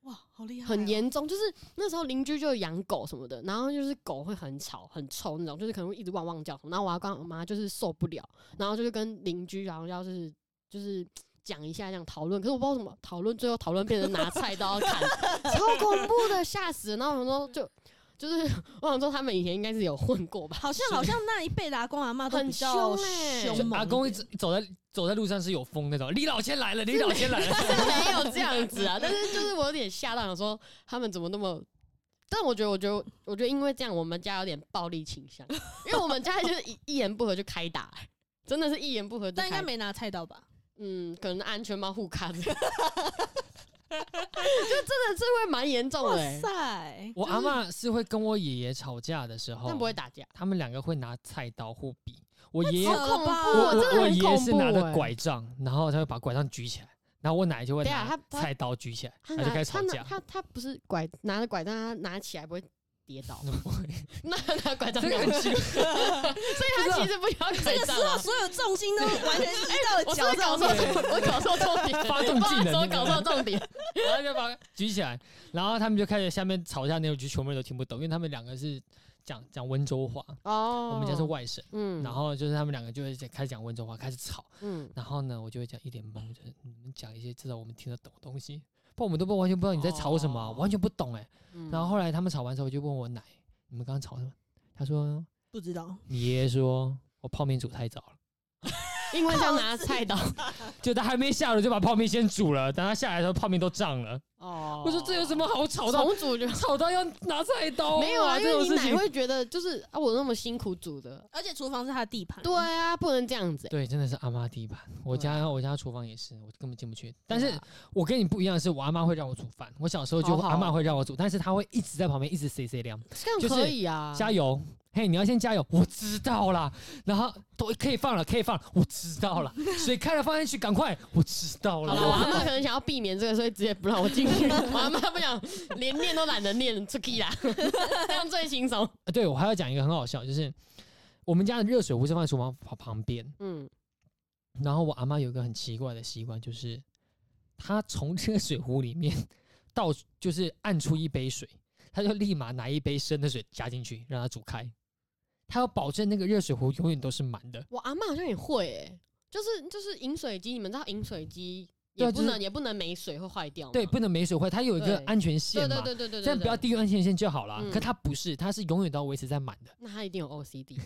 哇，好厉害、哦， 很严重。就是那时候邻居就养狗什么的，然后就是狗会很吵、很臭那种，就是可能会一直汪汪叫。然后我阿公我妈就是受不了，然后就是跟邻居，然后要是就是讲一下这样讨论。可是我不知道怎么讨论，最后讨论变成拿菜刀砍，超恐怖的，吓死人。然后我说就。就是我想说，他们以前应该是有混过吧？ 好像好像那一辈的阿公阿嬷都比较凶猛。 阿公一直走在走在路上是有风那种，李老先来了，李老先来了， 是没有这样子啊。但是就是我有点吓到，想说他们怎么那么……但我觉得，我觉得，我觉得因为这样，我们家有点暴力倾向，因为我们家就是一一言不合就开打、欸，真的是一言不合就开打。 但应该没拿菜刀吧？ 嗯，可能安全帽护卡着。就真的是会蛮严重的、欸。 哇塞！ 我阿嬷是会跟我爷爷吵架的时候， 但不会打架， 他们两个会拿菜刀或笔。我爷爷， 好恐怖， 我真的我爷爷是拿着欸拐杖，然后他会把拐杖举起来，然后我奶就会拿他他菜刀举起来， 他他就开始吵架。 他他不是拐拿着拐杖，他拿起来不会跌倒， 那不会， 那拿拐杖这个很奇怪， 所以他其实不需要拐杖啊。 所有重心都完全移到了脚上面。我搞错重点， 发动技能， 我搞错重点， 然后就把它举起来，然后他们就开始下面吵架，那种就全部人都听不懂，因为他们两个是讲讲温州话哦，我们家是外省，嗯，然后就是他们两个就会开始讲温州话，开始吵，嗯，然后呢，我就会讲一脸懵，就是你们讲一些至少我们听得懂的东西，不然我们都不完全不知道你在吵什么、啊，哦、完全不懂哎、欸。嗯、然后后来他们吵完之后，我就问我奶，你们刚刚吵什么？他说不知道。 你爷爷说我泡面煮太早了。 因为他拿菜刀， 就他还没下楼就把泡面先煮了，等他下来的时候泡面都胀了。哦，我说这有什么好吵到？ 重煮就吵到要拿菜刀、啊？ 没有啊，因为你奶会觉得就是啊，我那么辛苦煮的， 而且厨房是他的地盘。 对啊，不能这样子、欸。 对，真的是阿妈地盘。我家、啊、我家厨房也是，我根本进不去。但是我跟你不一样的是，我阿妈会让我煮饭。我小时候就阿妈会让我煮，但是她会一直在旁边一直 say say 亮， 这样可以啊， 就是、加油。嘿，你要先加油，我知道啦。然后都可以放了，可以放了，我知道了。水开了，放进去，赶快，我知道了。 好了，我阿妈可能想要避免这个，所以直接不让我进去。我阿妈不想，连念都懒得念，出去啦，这样最轻松。 对，我还要讲一个很好笑，就是我们家的热水壶是放在厨房旁边，嗯，然后我阿妈有一个很奇怪的习惯，就是她从这个水壶里面倒，就是按出一杯水。他就立马拿一杯生的水加进去，让它煮开。他要保证那个热水壶永远都是满的。 我阿嬷好像也会诶、欸，就是就是饮水机，你们知道饮水机也不能、就是、也不能没水会坏掉吗？ 对，不能没水坏，它有一个安全线嘛。 对对对对 对, 对, 对， 这样不要低于安全线就好了。 嗯、 可它不是，它是永远都要维持在满的。 那他一定有 O C D。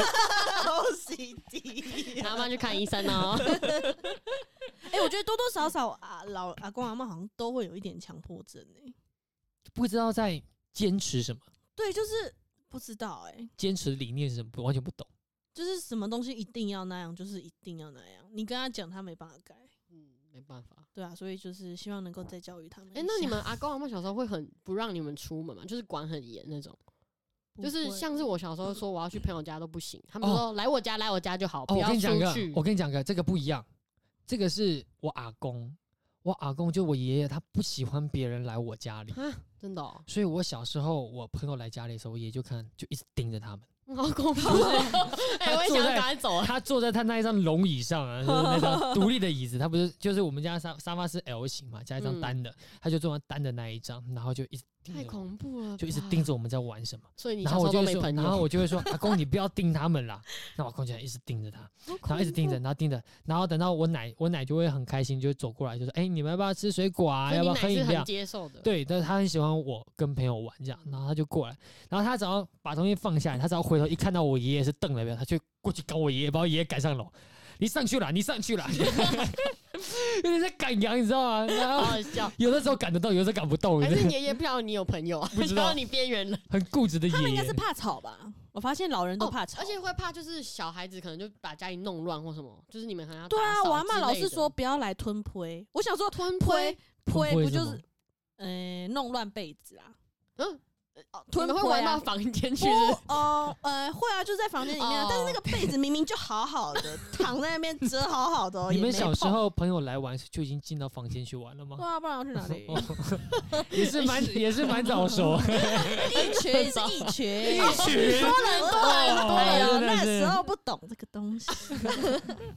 O C D， 阿嬷去看医生哦。 哎、欸，我觉得多多少少啊，老阿公阿嬷好像都会有一点强迫症哎、欸， 不知道在坚持什么？ 对，就是不知道哎、欸， 坚持的理念是什么？完全不懂。 就是什么东西一定要那样，就是一定要那样。你跟他讲，他没办法改。 嗯，没办法。 对啊，所以就是希望能够再教育他们。 哎、欸，那你们阿公阿嬷小时候会很不让你们出门吗？就是管很严那种。就是像是我小时候说我要去朋友家都不行，他们说、哦、来我家来我家就好，不要出去。 我跟你讲个，我跟你讲个，这个不一样。这个是我阿公。我阿公就我爷爷，他不喜欢别人来我家里， 真的、哦。 所以我小时候我朋友来家里的时候，我爷爷就看就一直盯着他们。 好恐怖！哎，我也想赶快走啊。 他坐在他那一张龙椅上啊，就是那张独立的椅子。他不是就是我们家沙沙发是 L 型嘛，加一张单的，嗯、他就坐在单的那一张，然后就一直盯着。 太恐怖了！ 就一直盯着我们在玩什么。 所以你小时候都没朋友。 然后我就会说：“阿公，你不要盯他们啦。”那我阿公就一直盯着他，然后一直盯着，然后盯着，然后等到我奶，我奶就会很开心，就走过来就说：“哎、欸，你们要不要吃水果啊？要不要喝饮料？” 接受的。 对，但是他很喜欢我跟朋友玩这样，然后他就过来，然后他只要把东西放下来，他只要回头一看到我爷爷是瞪了没有，他就过去赶我爷爷，把我爷爷赶上楼。你上去了，你上去了，有点在赶羊，你知道吗？然后好好笑， 有的时候赶得动，有的时候赶不动。 还是爷爷不知道你有朋友啊？ 不知道你边缘了， 很固执的爷爷。 他们应该是怕吵吧？我发现老人都怕吵、 哦，而且会怕就是小孩子可能就把家里弄乱或什么，就是你们可能要对啊，我阿嬷老是说不要来吞推。我想说吞推推不就是呃弄乱被子啊？嗯。 吞会玩到房间去？ 哦，呃，会啊，就在房间里面、啊。但是那个被子明明就好好的，躺在那边折好好的、哦。 你们小时候朋友来玩就已经进到房间去玩了吗？ 对啊，不然要去哪里？ 也是蛮也是蛮早熟。 一群是一群， 一群多人多人多人。那时候不懂这个东西。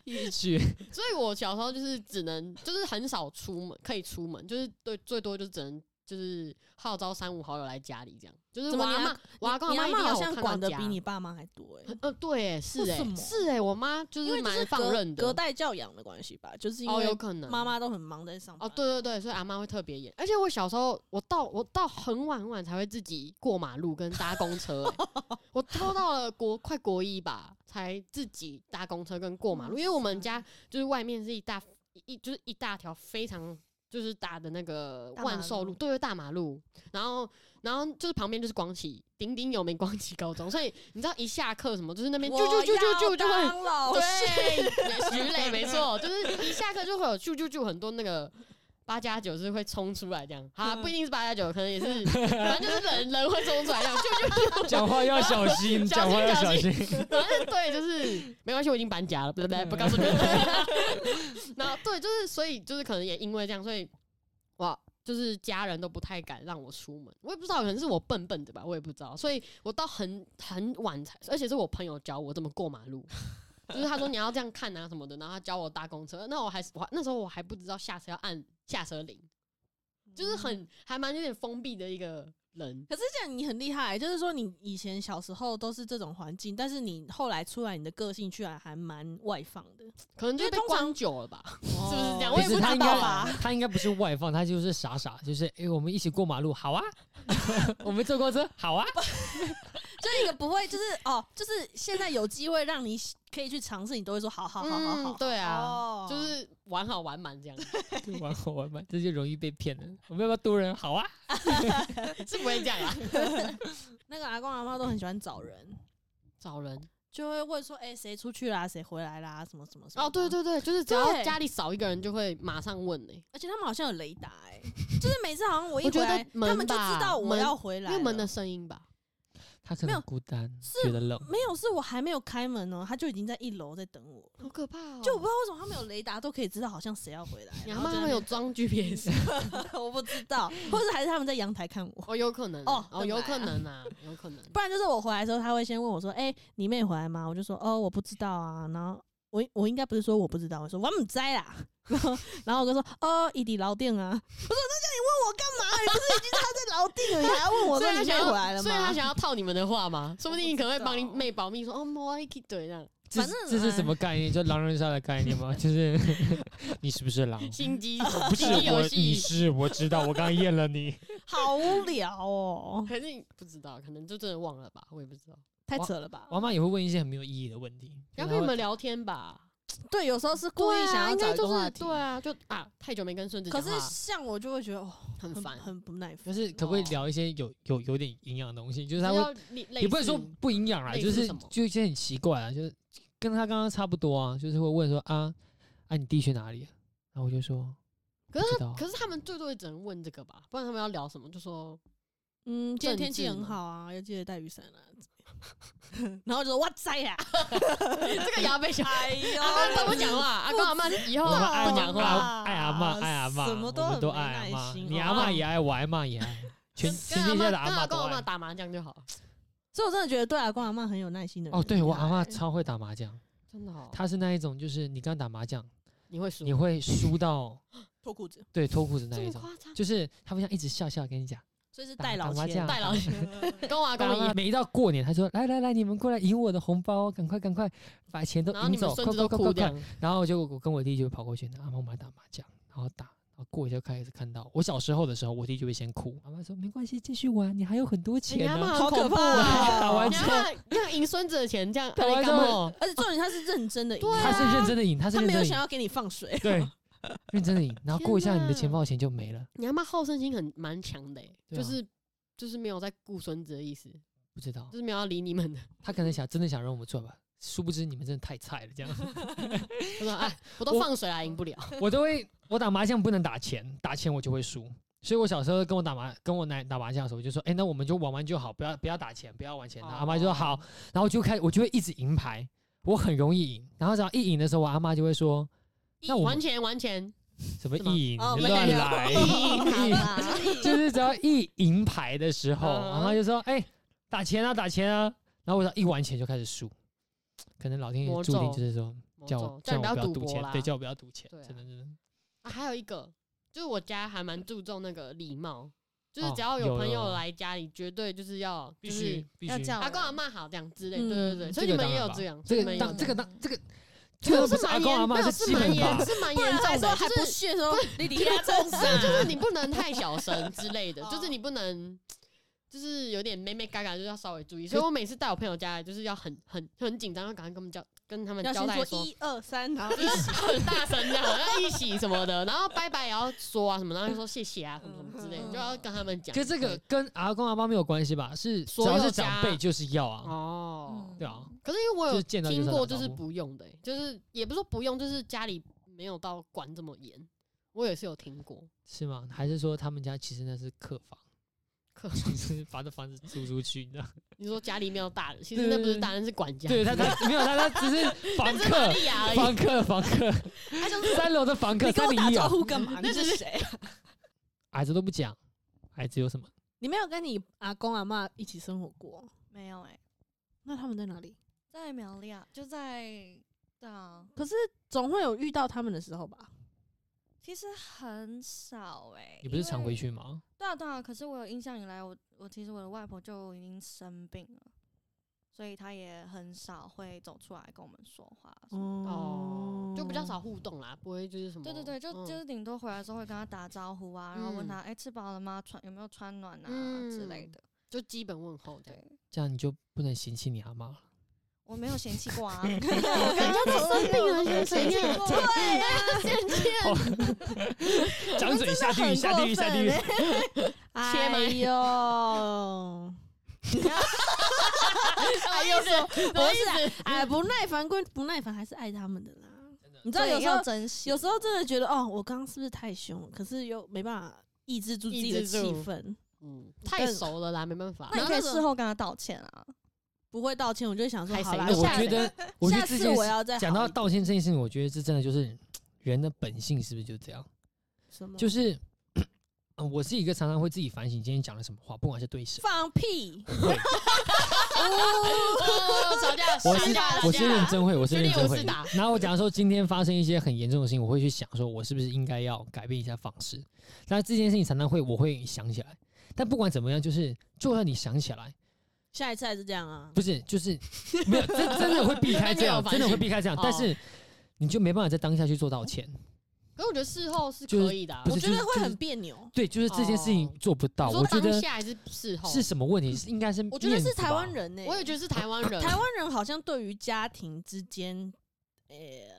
一去。 所以我小时候就是只能就是很少出门，可以出门，就是对最多就只能就是号召三五好友来家里这样。就是我阿嬷，我阿公阿嬷一定要我看到家。 好像管的比你爸妈还多哎、欸。 呃，对、欸，是哎、欸，是哎、欸，我妈就是蛮放任的， 隔代教养的关系吧，就是因为哦有可能妈妈都很忙在上班。 哦，对对对，所以阿妈会特别严。而且我小时候，我到我到很晚很晚才会自己过马路跟搭公车、欸，我拖到了国快国一吧，才自己搭公车跟过马路，因为我们家就是外面是一大一就是一大条非常。就是搭的那个万寿路，对对，大马路，然后然后就是旁边就是光启，鼎鼎有名光启高中，所以你知道一下课什么，就是那边啾啾啾啾啾就会，对，徐磊没错，就是一下课就会有啾啾啾很多那个八加九是会冲出来这样，啊，不一定是八加九，可能也是，反正就是人人会冲出来这样，啾啾啾， 讲话要小心，讲话要小心， 反正对，就是没关系，我已经搬家了，对不对？不告诉你们。然后对，就是所以就是可能也因为这样，所以哇，就是家人都不太敢让我出门。我也不知道，可能是我笨笨的吧，我也不知道。所以我到很很晚才，而且是我朋友教我怎么过马路。就是他说你要这样看啊什么的，然后他教我搭公车。那我还是我那时候我还不知道下车要按下车铃，就是很还蛮有点封闭的一个。人可是这样你很厉害、欸，就是说你以前小时候都是这种环境，但是你后来出来，你的个性居然还蛮外放的， 可能就是被关久了吧？是不是这样？ 我也不知道吧。他应该不是外放，他就是傻傻，就是哎、欸，我们一起过马路，好啊，我们坐过车，好啊。 就一个不会，就是哦，就是现在有机会让你可以去尝试，你都会说好好好好好。 嗯、对啊、哦，就是玩好玩满这样， 玩好玩满，这就容易被骗了。我们要不要多人？好啊， 是不会这样啊。 那个阿公阿嬷都很喜欢找人， 找人就会问说，哎、欸，谁出去啦？谁回来啦？什么什么什么？ 哦，对对对，就是只要家里少一个人，就会马上问呢、欸。 而且他们好像有雷达、欸，哎，就是每次好像我一回来，他们就知道我要回来， 因为门的声音吧。 他可能孤单，觉得冷。 没有，是我还没有开门哦，他就已经在一楼在等我， 好可怕哦！ 就我不知道为什么他们有雷达都可以知道，好像谁要回来。 你阿妈他们有装 G P S， 我不知道，或者还是他们在阳台看我。 哦，有可能哦，哦，有可能啊，有可能。 不然就是我回来的时候，他会先问我说：“哎、欸，你妹回来吗？”我就说：“哦，我不知道啊。”然后我我应该不是说我不知道，我说我唔知啦。然后然后我就说：“哦，伊伫楼顶啊。”我说：“那叫你问我干嘛？你不是已经他在楼顶了，你还要问我说你妹回来了吗？” 所以他想要套你们的话吗？说不定你可能会帮你妹保密说：“哦，我一起对这样。” 反正这是什么概念？就狼人杀的概念吗？就是你是不是狼？ 心机不是我，你是我知道，我刚刚验了你。 好无聊哦， 可是不知道，可能就真的忘了吧，我也不知道， 太扯了吧。 我妈也会问一些很没有意义的问题， 要跟你们聊天吧。 对，有时候是故意想要找一个话题。 对啊，就啊，太久没跟孙子讲话。 可是像我就会觉得哦， 很烦， 很不耐烦。 就是可不可以聊一些有有有点营养的东西？就是他会，也不能说不营养啦，就是就一些很奇怪啊，就是跟他刚刚差不多啊，就是会问说啊啊，你弟去哪里？然后我就说， 可是他可是他们最多也只能问这个吧，不然他们要聊什么？就说嗯，今天天气很好啊，要记得带雨伞啊。然后就说哇塞呀， 这个也要被小哎呦， 阿公都不讲话，阿公阿妈以后不讲话， 爱阿妈爱阿妈， 什么都我们都爱阿妈，你阿妈也爱，我阿妈也爱，全全天下的阿妈都爱。 跟阿妈打麻将就好。 所以我真的觉得对阿公阿妈很有耐心的人。 哦，对我阿妈超会打麻将， 真的哦。 她是那一种，就是你跟她打麻将， 你会输， 你会输到脱裤子， 对，脱裤子那一种，就是她会这样一直笑笑跟你讲。 所以是带老钱， 带老钱，跟我阿公一样。 每一到过年，他说：“来来来，你们过来赢我的红包，赶快赶快把钱都赢走，快快快快快！”然后就我跟我弟就跑过去，阿妈我们来打麻将，然后打，然后过一下开始看到我小时候的时候，我弟就会先哭，阿妈说：“没关系，继续玩，你还有很多钱呢。” 好可怕！ 打完之后， 要赢孙子的钱，这样打完之后， 而且重点他是认真的赢， 他是认真的赢，他是他没有想要给你放水， 对。认真的赢，然后过一下你的钱包钱就没了。 你阿妈好胜心很蛮强的，就是就是没有在顾孙子的意思， 不知道， 就是没有要理你们的。 他可能想真的想让我们赚吧，殊不知你们真的太菜了，这样。 我说哎，我都放水了，赢不了。 我都会，我打麻将不能打钱，打钱我就会输。所以我小时候跟我打麻跟我奶打麻将的时候，我就说，哎、欸，那我们就玩玩就好，不要不要打钱，不要玩钱。然后阿妈就说好，然后就开我就会一直赢牌，我很容易赢。然后只要一赢的时候，我阿妈就会说， 那我玩钱玩钱。 什么一赢乱来，就是只要一赢牌的时候，然后就说哎、欸、打钱啊打钱啊，然后我只要一玩钱就开始输，可能老天爷注定就是说叫我叫你不要叫我不要赌赌博啦， 钱，对，叫我不要赌钱， 对啊真的真的。 啊，还有一个就是我家还蛮注重那个礼貌，就是哦只要有有有朋友来家里，绝对就是要必就是须必须。 要叫阿公阿嬷好这样之类，对嗯对对，所以这你们个当然吧也有这样， 这你们也有个当这个样当这个这个不是阿公阿妈， 没有是基本蛮严吧？ 是蛮不然严重的， 还说还不就是屑说你离家重对， 视， 就是你不能太小声之类的， 哦就是你不能。就是有点妹妹嘎嘎，就是要稍微注意，所以我每次带我朋友家来，就是要很很很紧张，要赶快跟他们交跟他们要交代说， 先说一二三，然后就是很大声这样，要一起什么的，然后拜拜也要说啊什么，然后就说谢谢啊什么什么之类的， 嗯就要跟他们讲。 可这个跟阿公阿妈没有关系吧？是只所有要是家长辈就是要啊， 哦， 对啊。 可是因为我有就是见到就是听过，就是要打招呼不用的、欸，就是也不是说不用，就是家里没有到管这么严，我也是有听过。 是吗？还是说他们家其实那是客房， 客就是把这房子租出去，你知道？ 你说家里没有大人，其实那不是大人，是管家。 对他他没有他他只是房是玛客， 利亚而已。 房客房客， 他就是三楼的房客， 你跟我打招三零一啊， 呼干嘛？ 那只是你是谁？ 矮子都不讲，矮子有什么？ 你没有跟你阿公阿嬷一起生活过？ 没有哎、 那他们在哪里？ 在苗栗啊，就在对啊， 可是总会有遇到他们的时候吧？ 其实很少哎、 你不是常回去？ 去吗？ 对啊对啊，可是我有印象以来，我我其实我的外婆就已经生病了，所以她也很少会走出来跟我们说话什么哦，就比较少互动啦，不会就是什么。 对对对，就、 嗯就是顶多回来之后会跟她打招呼啊，然后问她哎、欸、吃饱了吗？穿有没有穿暖啊、 嗯之类的。 就基本问候这样。 对， 这样你就不能嫌弃你阿妈了。 我没有嫌弃过啊，我人家都生病了， 没有谁念嫌弃过。 对呀，先见。 张嘴下地狱，下地狱，下地狱。 哎呦， 哎又说不是啊，哎，不耐烦归不耐烦，还是爱他们的啦。你知道对要有时候珍惜， 有时候真的觉得哦，我刚刚是不是太凶了？可是又没办法抑制住自己的抑制住气氛， 嗯，太熟了啦，没办法。 那你可以事后跟她道歉啊。 不会道歉，我就会想说， 还谁好啦， 哎我下觉得，我觉得下次这件事我要再讲到好一点道歉这件事情，我觉得这真的就是人的本性，是不是就这样？ 什么就是，呃我是一个常常会自己反省今天讲了什么话，不管是对谁。 放屁， 哦吵架， 我是打架我是认真会，我是决定认真会有事打。 然后我假如说今天发生一些很严重的事情，我会去想说，我是不是应该要改变一下方式？但这件事情常常会我会想起来，但不管怎么样，就是就算你想起来， 下一次还是这样啊？ 不是就是没有真真的会避开这样， 那你有反真的会省避开这样， 哦但是你就没办法在当下去做道歉。 可是我觉得事后是就是可以的啊。 不是我觉得会就是很别扭。 对，就是这件事情哦做不到。 你说我觉得当下还是事后？ 是什么问题？是应该是我觉得面子吧是台湾，人呢、 我也觉得是台湾人。 台湾人好像对于家庭之间，呃、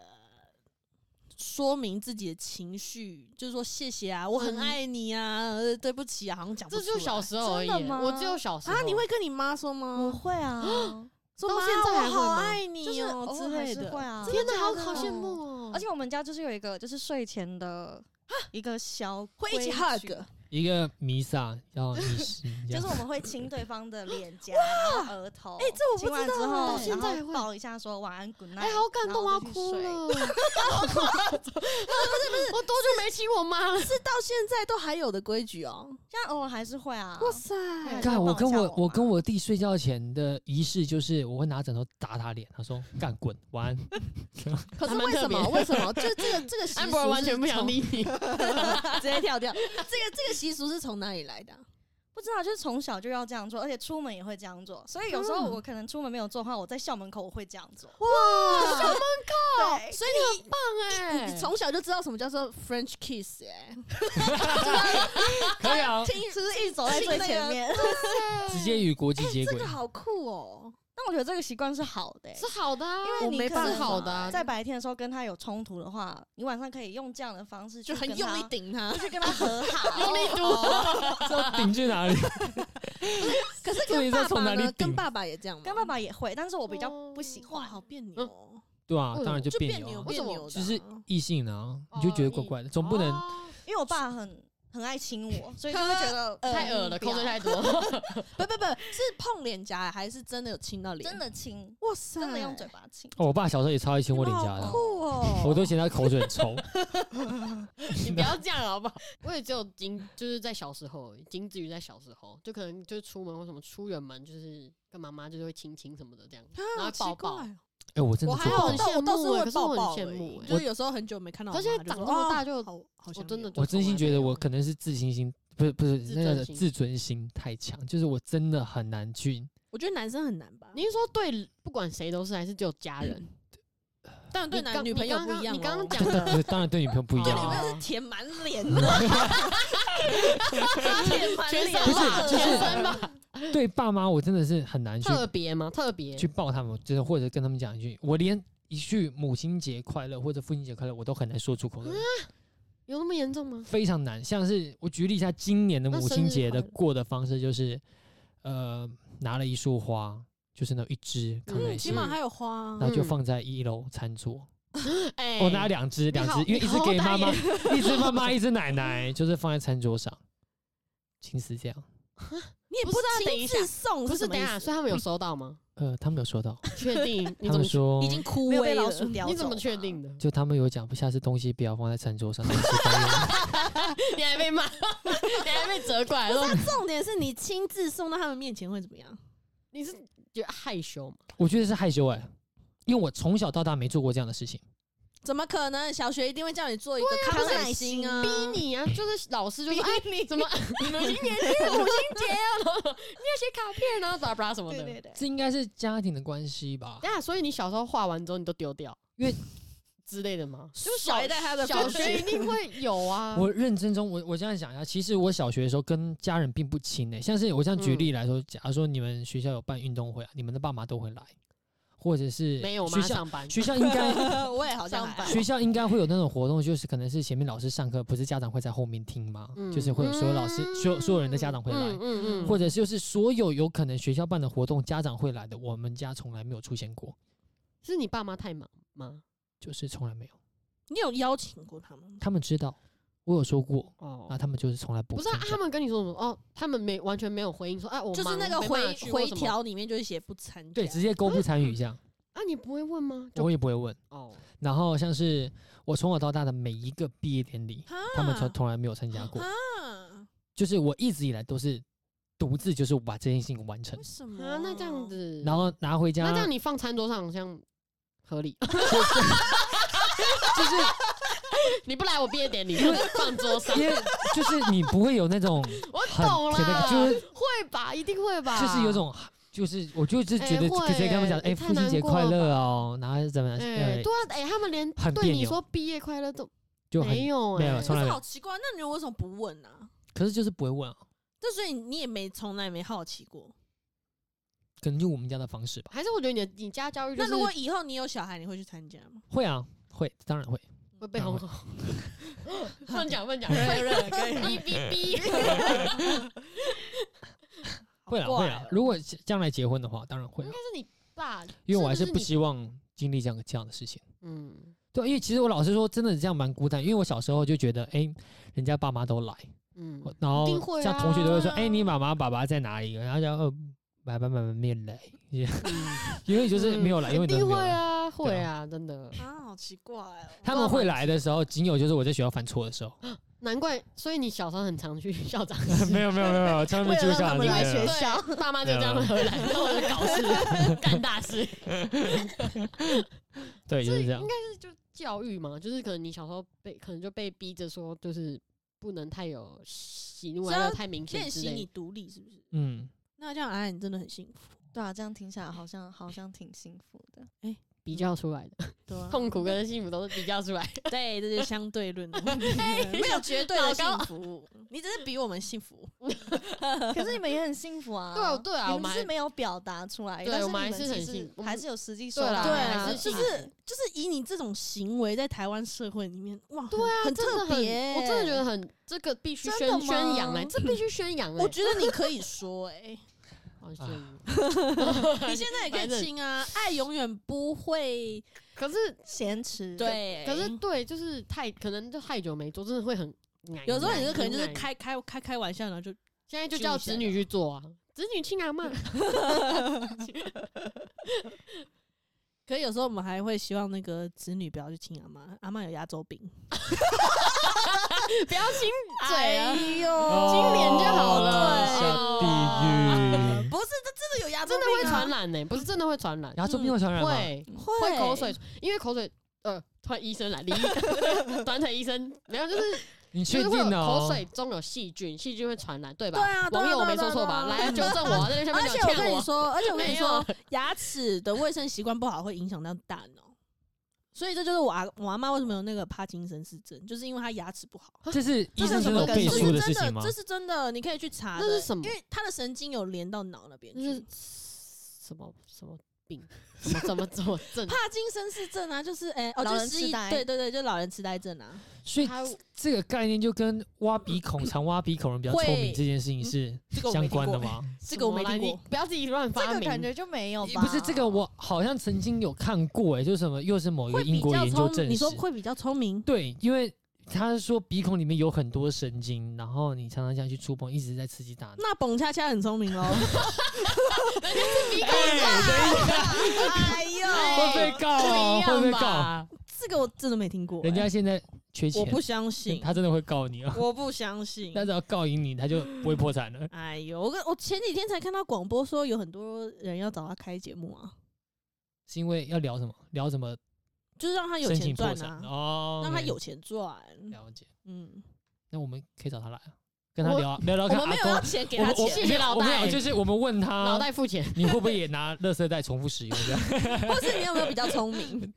说明自己的情绪，就是说谢谢啊，我很嗯爱你啊，呃对不起啊，好像讲不出来。 这就小时候而已真的吗。 我只有小时候啊，你会跟你妈说我吗？ 会啊， 到说妈我现在还会吗好爱就你是偶哦之尔还是类的。 会啊。 天哪，好假的好羡慕哦！ 而且我们家就是有一个就是睡前的一个小会一起规 hug， 矩一个弥撒要仪式，这样就是我们会亲对方的脸颊，然后额头。 哎这我不亲完知道之后， 哎然现在还会后抱一下说晚安 good night。 哎，好感动，我要然后就去哭睡了。我多久没亲我妈了？ 是到现在都还有的规矩哦。 现在偶尔还是会啊。 哇塞， 对干，我跟我帮我叫我妈我跟我弟睡觉前的仪式就是，我会拿枕头打他脸，他说干滚，晚安。 可是还蛮特别为什么？为什么？就这个这个习俗安博尔完全不是从想理你。 直接跳掉。这个这个习俗是从哪里来的啊？ 不知道，就是从小就要这样做，而且出门也会这样做。所以有时候嗯我可能出门没有做的话，我在校门口我会这样做。 哇， 对， 所以你棒哎！ 你从小就知道什么叫做 French kiss 哎、 可以啊， 听就是一直走在最前面。 直接与国际接轨这个。好酷哦。 但我觉得这个习惯是好的、欸， 是好的啊， 因为我没办你可能是好的啊。 在白天的时候跟他有冲突的话，你晚上可以用这样的方式去跟就很用力他， 顶他就，去跟他和好。 用力嘟。 这要顶去哪里？ 可是重点是跟爸爸呢？ 从哪里顶跟爸爸也这样吗？ 跟爸爸也会，但是我比较不喜哇， 欢。 好别扭哦， 对啊， 嗯当然就就别扭别扭啊， 为什么别扭的啊， 就是异性啊，你就觉得怪怪的，总不能哦因为我爸很很爱亲我，所以就会觉得呃太恶了， 不要口水太多。 不不不是碰脸颊还是真的有亲到脸？ 真的亲， 哇塞， 真的用嘴巴亲。 哦，我爸小时候也超爱亲我你们好脸颊的， 酷哦！ 我都嫌他口水很臭。 你不要这样好不好？我也只有仅就是在小时候而已，仅止于在小时候，就可能就是出门或什么出远门，就是跟妈妈就是会亲亲什么的这样，然后啊好奇抱抱怪。哦哎，我真的我还好， 很但我倒是会羡慕欸可是我很抱抱而已羡慕欸就是有时候很久没看到我妈， 可是长就说这么大就哦好好我想念真的就我真心觉得我可能是自信心不是不是那个自尊心自尊心太强，就是我真的很难去。 我觉得男生很难吧？ 你是说对不管谁都是，还是只有家人？ 当然对你刚男女朋友不一样你刚刚咯讲的对当然对女朋友不一对样啊。 女朋友是舔满脸的，舔满全脸身吧， 的就是全身吧， 对爸妈我真的是很难去特别吗？特别去抱他们，就是或者跟他们讲一句，我连一句母亲节快乐或者父亲节快乐我都很难说出口的人， 有那么严重吗？ 非常难。像是我举例一下，今年的母亲节的那生日快乐过的方式就是，呃，拿了一束花，就是那种一支康乃嗯，起馨， 码还有花然后就放在一楼餐桌。 哎， 我拿两只，两只好， 因为一只你好给妈妈， 歹一只妈妈，一只奶奶，就是放在餐桌上，亲死这样。 你也不是啊等一下亲自送， 不是，等一下， 什么意思所以他们有收到吗？ 呃，他们有说到， 确定？你他怎么们说已经枯没有被萎了老鼠叼走。 你怎么确？定的？ 就他们有讲，下次东西不要放在餐桌上，那是方便。 你还被骂，你还被责怪，说重点是你亲自送到他们面前会怎么样？ 你是觉得害羞吗？ 我觉得是害羞哎、因为我从小到大没做过这样的事情。 怎么可能？小学一定会叫你做一个啊康乃馨啊！ 逼你啊，就是老师就说，哎， 你怎么你们今年是母亲节啊？你要写卡片啊，咋吧什么的。 对对对， 这应该是家庭的关系吧？ 对啊，所以你小时候画完之后你都丢掉， 因为之类的吗？就甩在他的小房间学一定会有啊。 我认真中，我我这样讲一下，其实我小学的时候跟家人并不亲诶、欸像是我这样举例来说，假如说你们学校有办运动会啊，你们的爸妈都会来，或者是没有，我学校妈上班。 学校应该我也好像还好学校应该会有那种活动，就是可能是前面老师上课，不是家长会在后面听吗？ 嗯就是会有所有老师、所有所有人的家长会来， 嗯嗯或者就是所有有可能学校办的活动，家长会来的，我们家从来没有出现过， 是你爸妈太忙吗？ 就是从来没有。 你有邀请过他们吗？ 他们知道我有说过， 哦那他们就是从来不不是啊， 参加他们跟你说什么？哦，他们没完全没有回应说，哎，我就是忙那个回没办法去或回什么条里面就会写不参加， 对直接勾不参与这样， 啊，你不会问吗？就我也不会问。 哦， 然后像是我从小到大的每一个毕业典礼， 啊他们从从来没有参加过， 啊？ 就是我一直以来都是独自就是把这件事情完成为，什么啊，那这样，子， 然后拿回家， 那这样你放餐桌上好像合理， 就是你不来我毕业典礼放桌上， 因为就是你不会有那种我很懂甜的了， 感觉，就是会吧，一定会吧， 就是有种。就是，我就是觉得哎会直接跟他们讲，哎、 哎太父亲节难过快乐了哦，然后怎么样， 哎， 呃， 对啊，哎，他们连对你很别扭说毕业快乐都就很没有，哎没有从来没有可是好奇怪，那你为什么不问啊？ 可是就是不会问啊， 这所以你也没从来没好奇过。 可能就我们家的方式吧。 还是我觉得你的你家教育就是那如果以后你有小孩，你会去参加吗？ 会啊，会，当然会。 会被轰吼，不能讲不能讲， 可以可以哔哔哔， 会啦好怪会啦哦， 如果将来结婚的话，当然会啊应该，是你爸， 因为我还是不是你希望经历这样这样的事情。 嗯， 对，因为其实我老实说，真的这样蛮孤单。因为我小时候就觉得，哎、人家爸妈都来， 嗯， 然后一定会啊像同学都会说，哎、你妈妈爸爸在哪里？然后就呃，爸爸妈妈没有来，因为就是没有来，因为一定都没有来。 会啊， 对啊会啊，真的， 啊，好奇怪哦。 他们会来的时候，仅有就是我在学校犯错的时候。 难怪，所以你小时候很常去校长没有没有没有没有，他们为了就像让他们来这个学校对爸妈就这样回来，然后我就搞事，干大事， 对，就是这样。 是就教育嘛，就是可能你小时候被可能就被逼着说，就是不能太有喜怒哀乐太明显练习你之类的。 独立是不是？ 嗯， 那这样安安你真的很幸福。 对啊，这样听下来好像好像挺幸福的。 比较出来的对啊， 痛苦跟幸福都是比较出来的。 对，这是相对论的问题，没有绝对的幸福，你只是比我们幸福。 可是你们也很幸福啊。 对啊对啊你我们还们是没有表达出来，但是对我们还你们其实是很幸我们还是有实际收对啦到。 对啊， 还就是幸福就是以你这种行为在台湾社会里面，哇， 对啊， 很真的很特别。 我真的觉得很这个必须宣真的吗宣扬哎，这必须宣扬哎。 我觉得你可以说，哎， 好羡慕。 你现在也可以亲啊，爱永远不会可是咸吃。 对， 可是对，就是太可能就太久没做，真的会很难。 有时候你就可能就是难开开开开玩笑，然后就现在就叫子女去做啊，子女亲阿嬷。 可是有时候我们还会希望那个子女不要去亲阿妈，阿妈有压轴饼， 不要亲嘴啊， 哎呦， 亲脸就好了下地狱。 不是，这真的有压牙周真的会病啊传染呢，不是真的会传染， 牙周病会传染吗？ 会会口水，因为口水呃，突然医生来，李短腿医生没有就是。 你确就是会有定哦？ 口水中有细菌，细菌会传染，对吧？ 对啊，对啊网友我没说错吧？ 对啊来纠正我，在下面而且我跟你说，而且我跟你说，牙齿的卫生习惯不好会影响到大脑，所以这就是我阿我阿妈为什么有那个帕金森氏症，就是因为她牙齿不好。 这是医生真的有背书的事情吗？ 这是真的，你可以去查。 那是什么？ 因为她的神经有连到脑那边去。 是什么什么病？怎么怎么怎么症？ 帕金森氏症啊，就是哎，哦， 老人就是痴呆， 对对对，就老人痴呆症啊。 所以这个概念就跟挖鼻孔、常挖鼻孔人比较聪明这件事情是相关的吗？ 这个我没听过， 不要自己乱发明。 这个感觉就没有吧？ 不是这个，我好像曾经有看过，哎，就是什么，又是某一个英国研究证实， 你说会比较聪明？ 对，因为他是说鼻孔里面有很多神经，然后你常常这样去触碰，一直在刺激大脑。 那蹦恰恰很聪明喽。 人家是鼻孔哎呦， 会被告哦，会被告。 这个我真的没听过。 人家现在缺钱， 我不相信， 他真的会告你哦。 我不相信， 但是要告赢你，他就不会破产了。 哎呦，我我前几天才看到广播说有很多人要找他开节目啊， 是因为要聊什么？聊什么？ 就是让他有钱赚啊， 哦， 让他有钱赚。 了解， 嗯， 那我们可以找他来啊，跟他聊聊聊看。 我们没有要钱给他钱， 谢谢老戴。 就是我们问他， 老戴付钱， 你会不会也拿垃圾袋重复使用这样？ 或是你有没有比较聪明？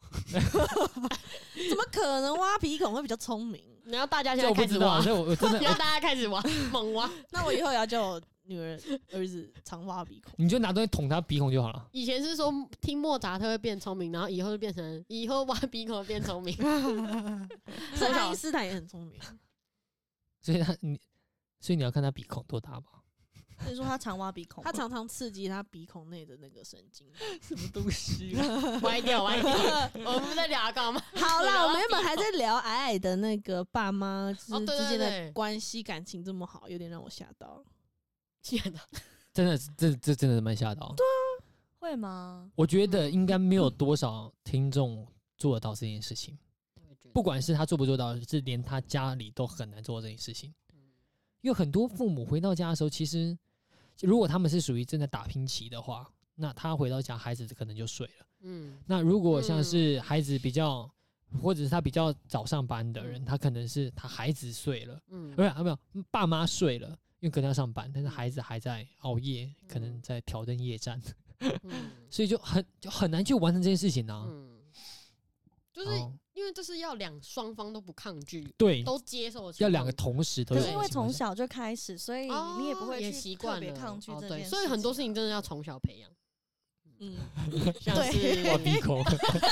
怎么可能挖鼻孔会比较聪明？ 你要大家现在开始挖， 所以我真的要大家开始挖，猛挖。 那我以后也要叫我女儿、儿子常挖鼻孔。 你就拿东西捅他鼻孔就好了。 以前是说听莫扎特会变聪明，然后以后就变成以后挖鼻孔变聪明。 所以爱因斯坦也很聪明， 所以他你，所以你要看他鼻孔多大吧。 所以说他常挖鼻孔， 他常常刺激他鼻孔内的那个神经。 什么东西、 啊？歪掉歪掉！我们在聊干嘛？ 好啦，我们原本还在聊矮矮的那个爸妈之哦、对对对之间的关系，感情这么好，有点让我吓到。 吓到！ 真的，这这真的蛮吓到。 对啊， 会吗？ 我觉得应该没有多少听众做得到这件事情。不管是他做不做到，是连他家里都很难做这件事情。因为很多父母回到家的时候，其实如果他们是属于正在打拼期的话，那他回到家，孩子可能就睡了。嗯，那如果像是孩子比较，嗯、或者是他比较早上班的人，嗯、他可能是他孩子睡了，嗯，不是啊，没有，爸妈睡了，因为可能要上班，但是孩子还在熬夜，嗯、可能在挑灯夜战，嗯、所以就很就很难去完成这件事情啊。嗯， 就是。哦，因为这是要两双方都不抗拒， 对， 都接受， 要两个同时都有。 可是因为从小就开始，所以你也不会去特别抗拒这件事、 哦。所以很多事情真的要从小培养。 嗯， 像是挖鼻孔，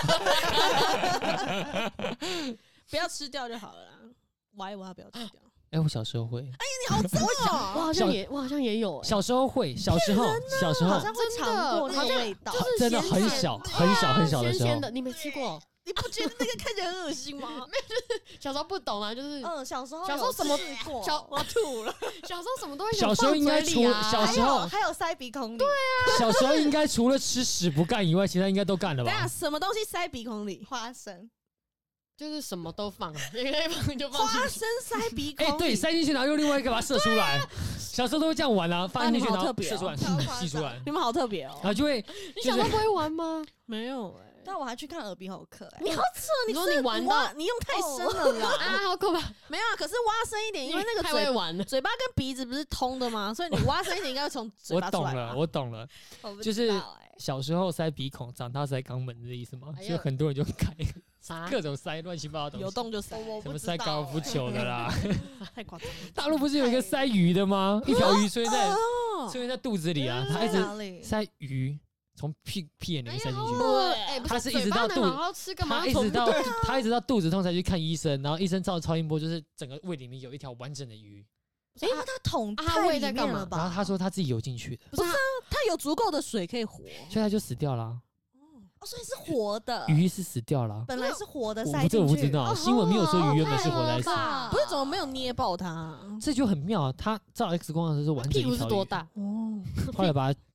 不要吃掉就好了啦，挖一挖不要吃掉。 哎、欸，我小时候会。哎呀，你好脏哦！ 我好像也，我好像也有、欸。 小时候会，小时候，小时候好像会尝过那个味道， 就是真的很小，很小，很小的时候。 鲜的，你没吃过？ 你不觉得那个看起来很恶心吗？ 没有，就是小时候不懂啊，就是嗯，小时候小时候什么小我吐了。小时候什么都会小时候应该除小时候还有塞鼻孔里， 对啊， 小时候应该除了吃屎不干以外，其他应该都干了吧？ 对啊，什么东西塞鼻孔里？ 花生。 就是什么都放，也可以放就放。 花生塞鼻孔， 哎，对，塞进去然后用另外一个把它射出来。小时候都会这样玩啊，放进去然后射出来，吸出来。 你们好特别哦。 然后就会， 你小时候不会玩吗？ 没有哎， 但我还去看耳鼻喉科。哎， 你好扯，你说你玩到你用太深了啦！ 啊，好可怕。 没有啊，可是挖深一点，因为那个嘴玩嘴巴跟鼻子不是通的吗？所以你挖深一点应该从嘴巴出来。 我懂了，我懂了，就是小时候塞鼻孔，长大塞肛门的意思吗？所以很多人就改。各种塞乱七八糟东西， 有洞就塞， 什么塞高尔夫球的啦， 太夸张了。 大陆不是有一个塞鱼的吗？一条鱼吹在吹在肚子里啊，他一直塞鱼从屁屁眼里面塞进去。 对， 他是一直到肚，他一直到他一直到肚子痛才去看医生，然后医生照超音波，就是整个胃里面有一条完整的鱼。 哎，那他捅他胃在干嘛？ 然后他说他自己游进去的。 不是啊，他有足够的水可以活， 所以他就死掉了。 所以是活的， 鱼是死掉了， 本来是活的， 塞进去。我不知道，新闻没有说鱼原本是活在死， 不是怎么没有捏爆它？ 这就很妙啊！他照 X 光的时候是完整一条鱼， 屁股是多大？ 哦， 后来把它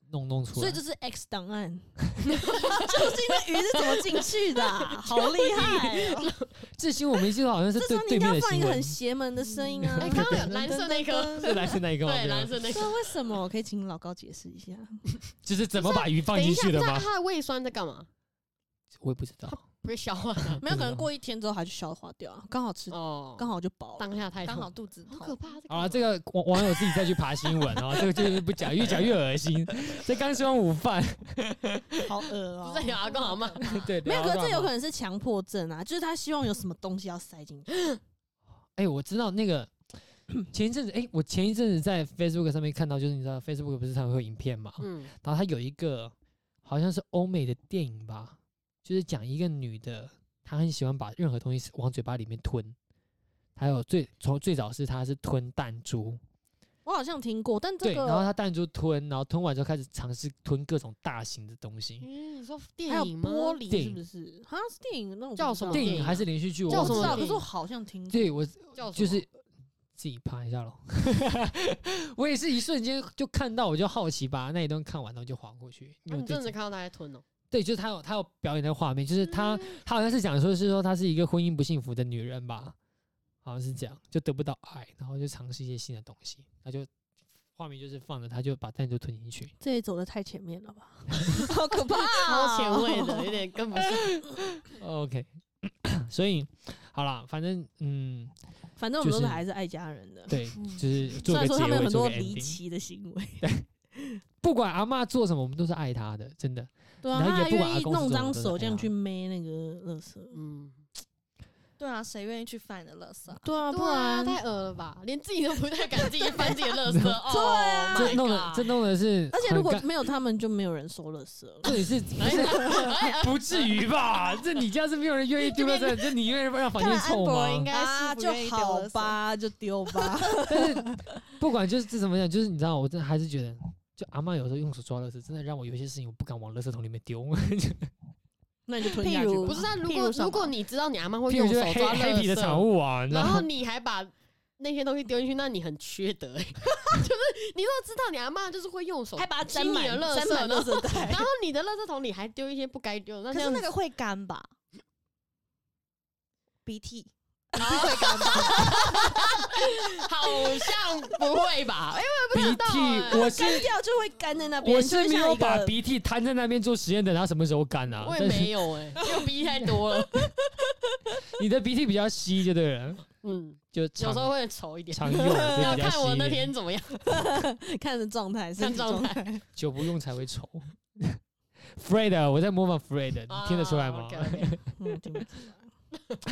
弄弄出来。 所以这是 X 档案，究竟那鱼是怎么进去的、啊？好厉害、哦！ 这新闻我没记错，好像是对对面的新闻。 这时候你一定要放一个很邪门的声音啊！ 哎、欸，刚刚有蓝色那颗， 是蓝色那一个吗？ 对，蓝色那颗。 为什么？可以请老高解释一下， 就是怎么把鱼放进去的吗？ 它的胃酸在干嘛？ 我也不知道。 不会消化， 没有可能过一天之后它就消化掉，刚好吃， 哦， 刚好就饱了， 当下太刚好肚子痛， 好可怕。 好了，这个网网友自己再去爬新闻啊，这个就是不讲，越讲越恶心。这刚吃完午饭， 好恶哦、 喔！不是有阿公好吗？ 对， 没有，可是这有可能是强迫症啊，就是他希望有什么东西要塞进去。 哎、欸，我知道那个前一阵子，哎、欸，我前一阵子在 Facebook 上面看到，就是你知道 Facebook 不是常会有影片嘛，嗯，然后它有一个好像是欧美的电影吧。就是讲一个女的，她很喜欢把任何东西往嘴巴里面吞。还有最从最早是她是吞弹珠， 我好像听过，但这个对，然后她弹珠吞，然后吞完之后开始尝试吞各种大型的东西。 嗯，你说电影吗？ 玻璃是不是？好像是电影那种叫什么电影还是连续剧？ 我不知道， 可是我好像听过。 对，我叫就是自己爬一下咯。我也是一瞬间就看到，我就好奇把那一段看完，然后就划过去。 那、啊、你真的看到她在吞哦？ 对，就是他有他有表演的画面，就是他、嗯、他好像是讲说是说她是一个婚姻不幸福的女人吧，好像是这样，就得不到爱，然后就尝试一些新的东西，他就画面就是放着他就把弹珠吞进去， 这也走得太前面了吧，好可怕、 哦，超前卫的，有点跟不上。 OK， 所以好啦，反正嗯， 反正我们都是还是爱家人的， 对，就是做个结尾， 虽然说他们有很多离奇的行为， 对，不管阿嬷做什么，我们都是爱她的，真的。 对啊，他还愿意弄张手这样去孭那个垃圾，嗯， 对啊，谁愿意去翻你的垃圾、啊？ 对啊， 不然太恶了吧，连自己都不太敢自己翻自己的垃圾。对啊， 这弄的这弄的是， 而且如果没有他们，就没有人收垃圾了。 这里是不是不至于吧？这你家是没有人愿意丢垃圾，这你愿意让房间臭吗？ 应该是就好吧，就丢吧。 但是不管就是这怎么讲，就是你知道，我真的还是觉得。就阿嬷有时候用手抓垃圾，真的让我有些事情我不敢往垃圾桶里面丢。 那你就吞下去吧。 不是啊，如果如果你知道你阿嬷会用手抓垃圾， 黑皮的产物啊， 然后你还把那些东西丢进去，那你很缺德、欸。就是你如果知道你阿嬷就是会用手， 还把它沾满垃圾， 沾满垃圾袋， 然后你的垃圾桶里还丢一些不该丢的，那可是那个会干吧？鼻涕。 不会干吧？好像不会吧？因为不知道、欸， 鼻涕我是干掉就会干在那边。 我是没有把鼻涕摊在那边做实验，等它什么时候干啊？ 我也没有哎、欸，因为鼻涕太多了。 你的鼻涕比较稀就对了， 嗯， 就有时候会稠一点， 常用的要看我那天怎么样， 看着状态， 看状态， 久不用才会稠。Fred， 我在模仿 Fred， 你听得出来吗？ oh, okay, okay. 嗯，听不出来。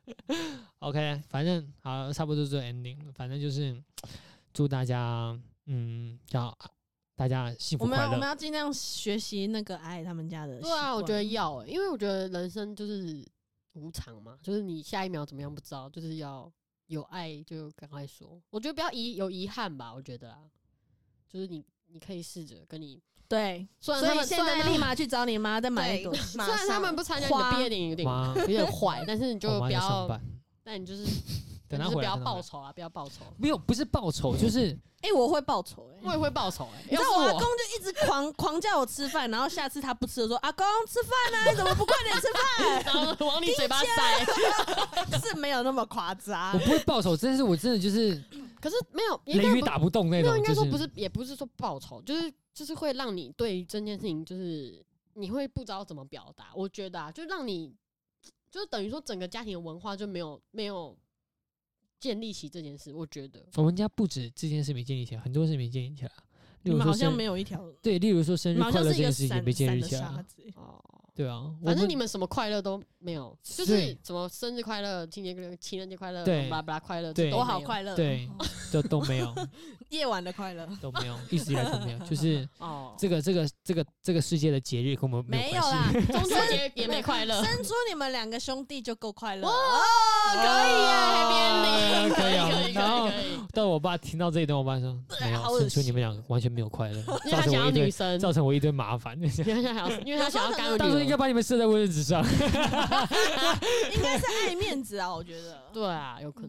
OK， 反正好，差不多就 ending 了。反正就是祝大家，嗯，要大家幸福快乐。 我们我们要尽量学习那个爱他们家的。 对啊，我觉得要、欸，因为我觉得人生就是无常嘛，就是你下一秒怎么样不知道，就是要有爱就赶快说。我觉得不要遗有遗憾吧，我觉得啊，就是你你可以试着跟你。 对， 所以现在立马去找你妈，再买一朵。 虽然他们不参加你的毕业典礼，有点有点坏，但是你就不要，但你就是等他回来不要报仇啊，不要报仇。 没有，不是报仇，就是哎、欸，我会报仇哎、欸， 我也会报仇哎、欸。 你知道我阿公就一直狂狂叫我吃饭，然后下次他不吃的说阿公吃饭啊，你怎么不快点吃饭？ 然后往你嘴巴塞， 是没有那么夸张。 我不会报仇，真是我真的就是， 可是没有雷雨打不动那种。 应该说不是，也不是说报仇，就是。就是会让你对于这件事情，就是你会不知道怎么表达。我觉得啊，就让你，就等于说整个家庭的文化就没有没有建立起这件事。我觉得我们家不止这件事没建立起来，很多事没建立起来。 你们好像没有一条对，例如说生日快乐这件事情没建立起来。 哦， 对啊， 反正你们什么快乐都没有，就是什么生日快乐、情人节、情人节快乐、 对， 巴拉巴拉快乐， 对， 都好快乐， 对，都都没有。 夜晚的快乐都没有，一直以来都没有，就是这个这个这个这个世界的节日跟我们没有啦， 中秋节也没快乐， 生出你们两个兄弟就够快乐。 哦，可以啊， 可以啊， 可以然后但我爸听到这一段，我爸说没有，生出你们两个完全没有快乐，造成我一堆造成我一堆麻烦。 因为他想要，因为他想要干， 当初应该把你们设在位置上， 应该是爱面子啊，我觉得。 对啊，有可能。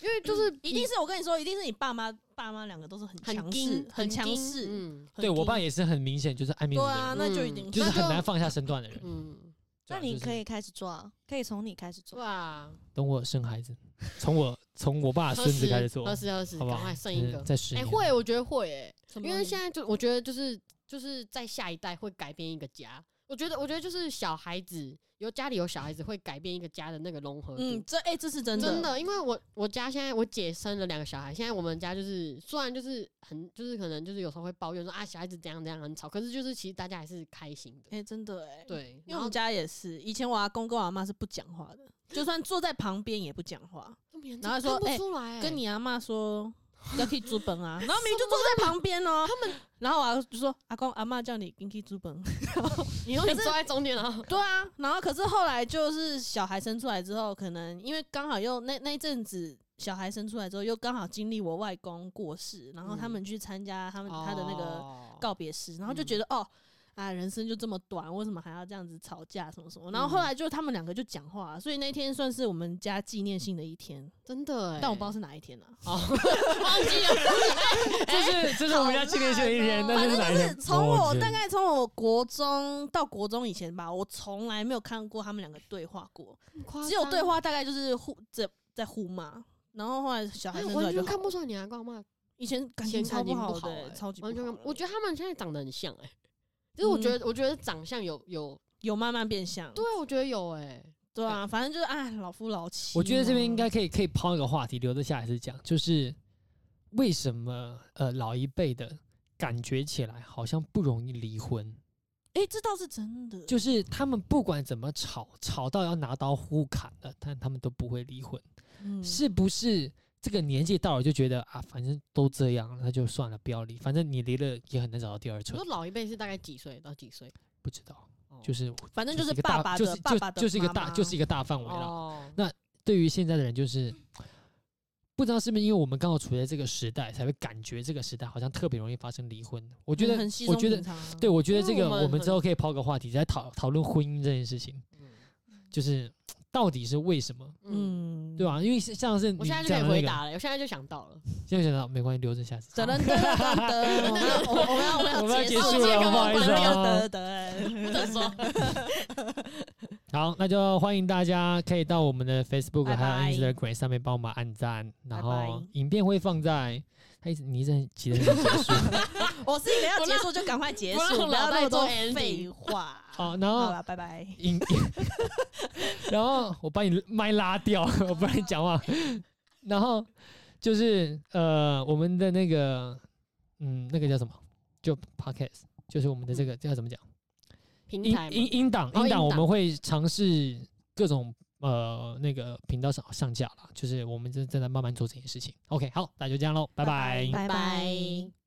因为就是一定是我跟你说，一定是你爸妈爸妈两个都是很强势、很强势。 嗯， 对我爸也是很明显就是爱面子的人， 对啊，那就一定就是很难放下身段的人。 嗯， 那你可以开始做啊，可以从你开始做。 对啊， 等我生孩子，从我从我爸孙子开始做， 二十二十，赶快生一个， 再十年。 哎，会，我觉得会，哎，因为现在就我觉得就是就是在下一代会改变一个家。我觉得，我觉得就是小孩子有家里有小孩子会改变一个家的那个融合度。 嗯，这哎、欸，这是真的， 真的，因为我我家现在我姐生了两个小孩，现在我们家就是虽然就是很就是可能就是有时候会抱怨说啊小孩子怎样怎样很吵，可是就是其实大家还是开心的。 哎、欸，真的哎、欸， 对， 因为我们家也是，以前我阿公跟我阿妈是不讲话的，就算坐在旁边也不讲话，然后说哎、欸，跟你阿妈说。要去煮本啊，然后明明就坐在旁边哦、喔。他们，然后我就说阿公阿嬷叫你跟去煮本， 你永远坐在中间啊。 对啊，然后可是后来就是小孩生出来之后，可能因为刚好又那那一阵子小孩生出来之后，又刚好经历我外公过世，然后他们去参加他们、嗯、他的那个告别式，然后就觉得、嗯、哦。啊，人生就这么短，为什么还要这样子吵架什么什么？然后后来就他们两个就讲话，所以那天算是我们家纪念性的一天， 真的、欸。 但我不知道是哪一天啊， 哦，忘记了。 这是这是我们家纪念性的一天，但是哪一天？ 从我大概从我国中到国中以前吧，我从来没有看过他们两个对话过，只有对话大概就是互在在互骂，然后后来小孩生出来就完全看不出来你阿公阿嬤以前感情超不好的、欸，超级完全。我觉得他们现在长得很像哎、欸。就是我觉得，嗯、我觉得长相有有有慢慢变相。 对，我觉得有哎、欸， 对啊，反正就是哎，老夫老妻。 我觉得这边应该可以可以抛一个话题，留着下来是讲，就是为什么呃老一辈的感觉起来好像不容易离婚？ 哎、欸，这倒是真的。 就是他们不管怎么吵，吵到要拿刀互砍了，但他们都不会离婚。嗯，是不是？这个年纪到了就觉得啊，反正都这样，那就算了，不要离。反正你离了也很难找到第二春。 你说老一辈是大概几岁到几岁？ 不知道，就是反正就是爸爸的， 就是爸爸的就是一个大，就是一个大范围了。 哦、 那对于现在的人，就是不知道是不是因为我们刚好处在这个时代，才会感觉这个时代好像特别容易发生离婚。我觉得， 嗯、 我觉得，对，我觉得这个我们之后可以抛个话题，在讨讨论婚姻这件事情，嗯、就是到底是为什么？嗯，对吧？因为像是、那個、 我现在就可以回答了，我现在就想到了， 现在想到没关系，留着下次。 等等等等等，我们要我们要我们要结束了，不好意思啊。 等等，不能说。 好，那就欢迎大家可以到我们的 Facebook 拜拜还有 Instagram 上面帮我们按赞，然后影片会放在。他一直你一直急着想结束， 我是一个要结束就赶快结束，不要那么多废话。 好，然后好了，拜拜。 然后我把你麦拉掉，我不让你讲话。然后就是呃，我们的那个嗯，那个叫什么？就 Podcast， 就是我们的这个这要怎么讲？ 平台音音音档音档，我们会尝试各种。呃，那个频道上上架了，就是我们正正在慢慢做这件事情。OK， 好，那就这样喽，拜拜， 拜拜。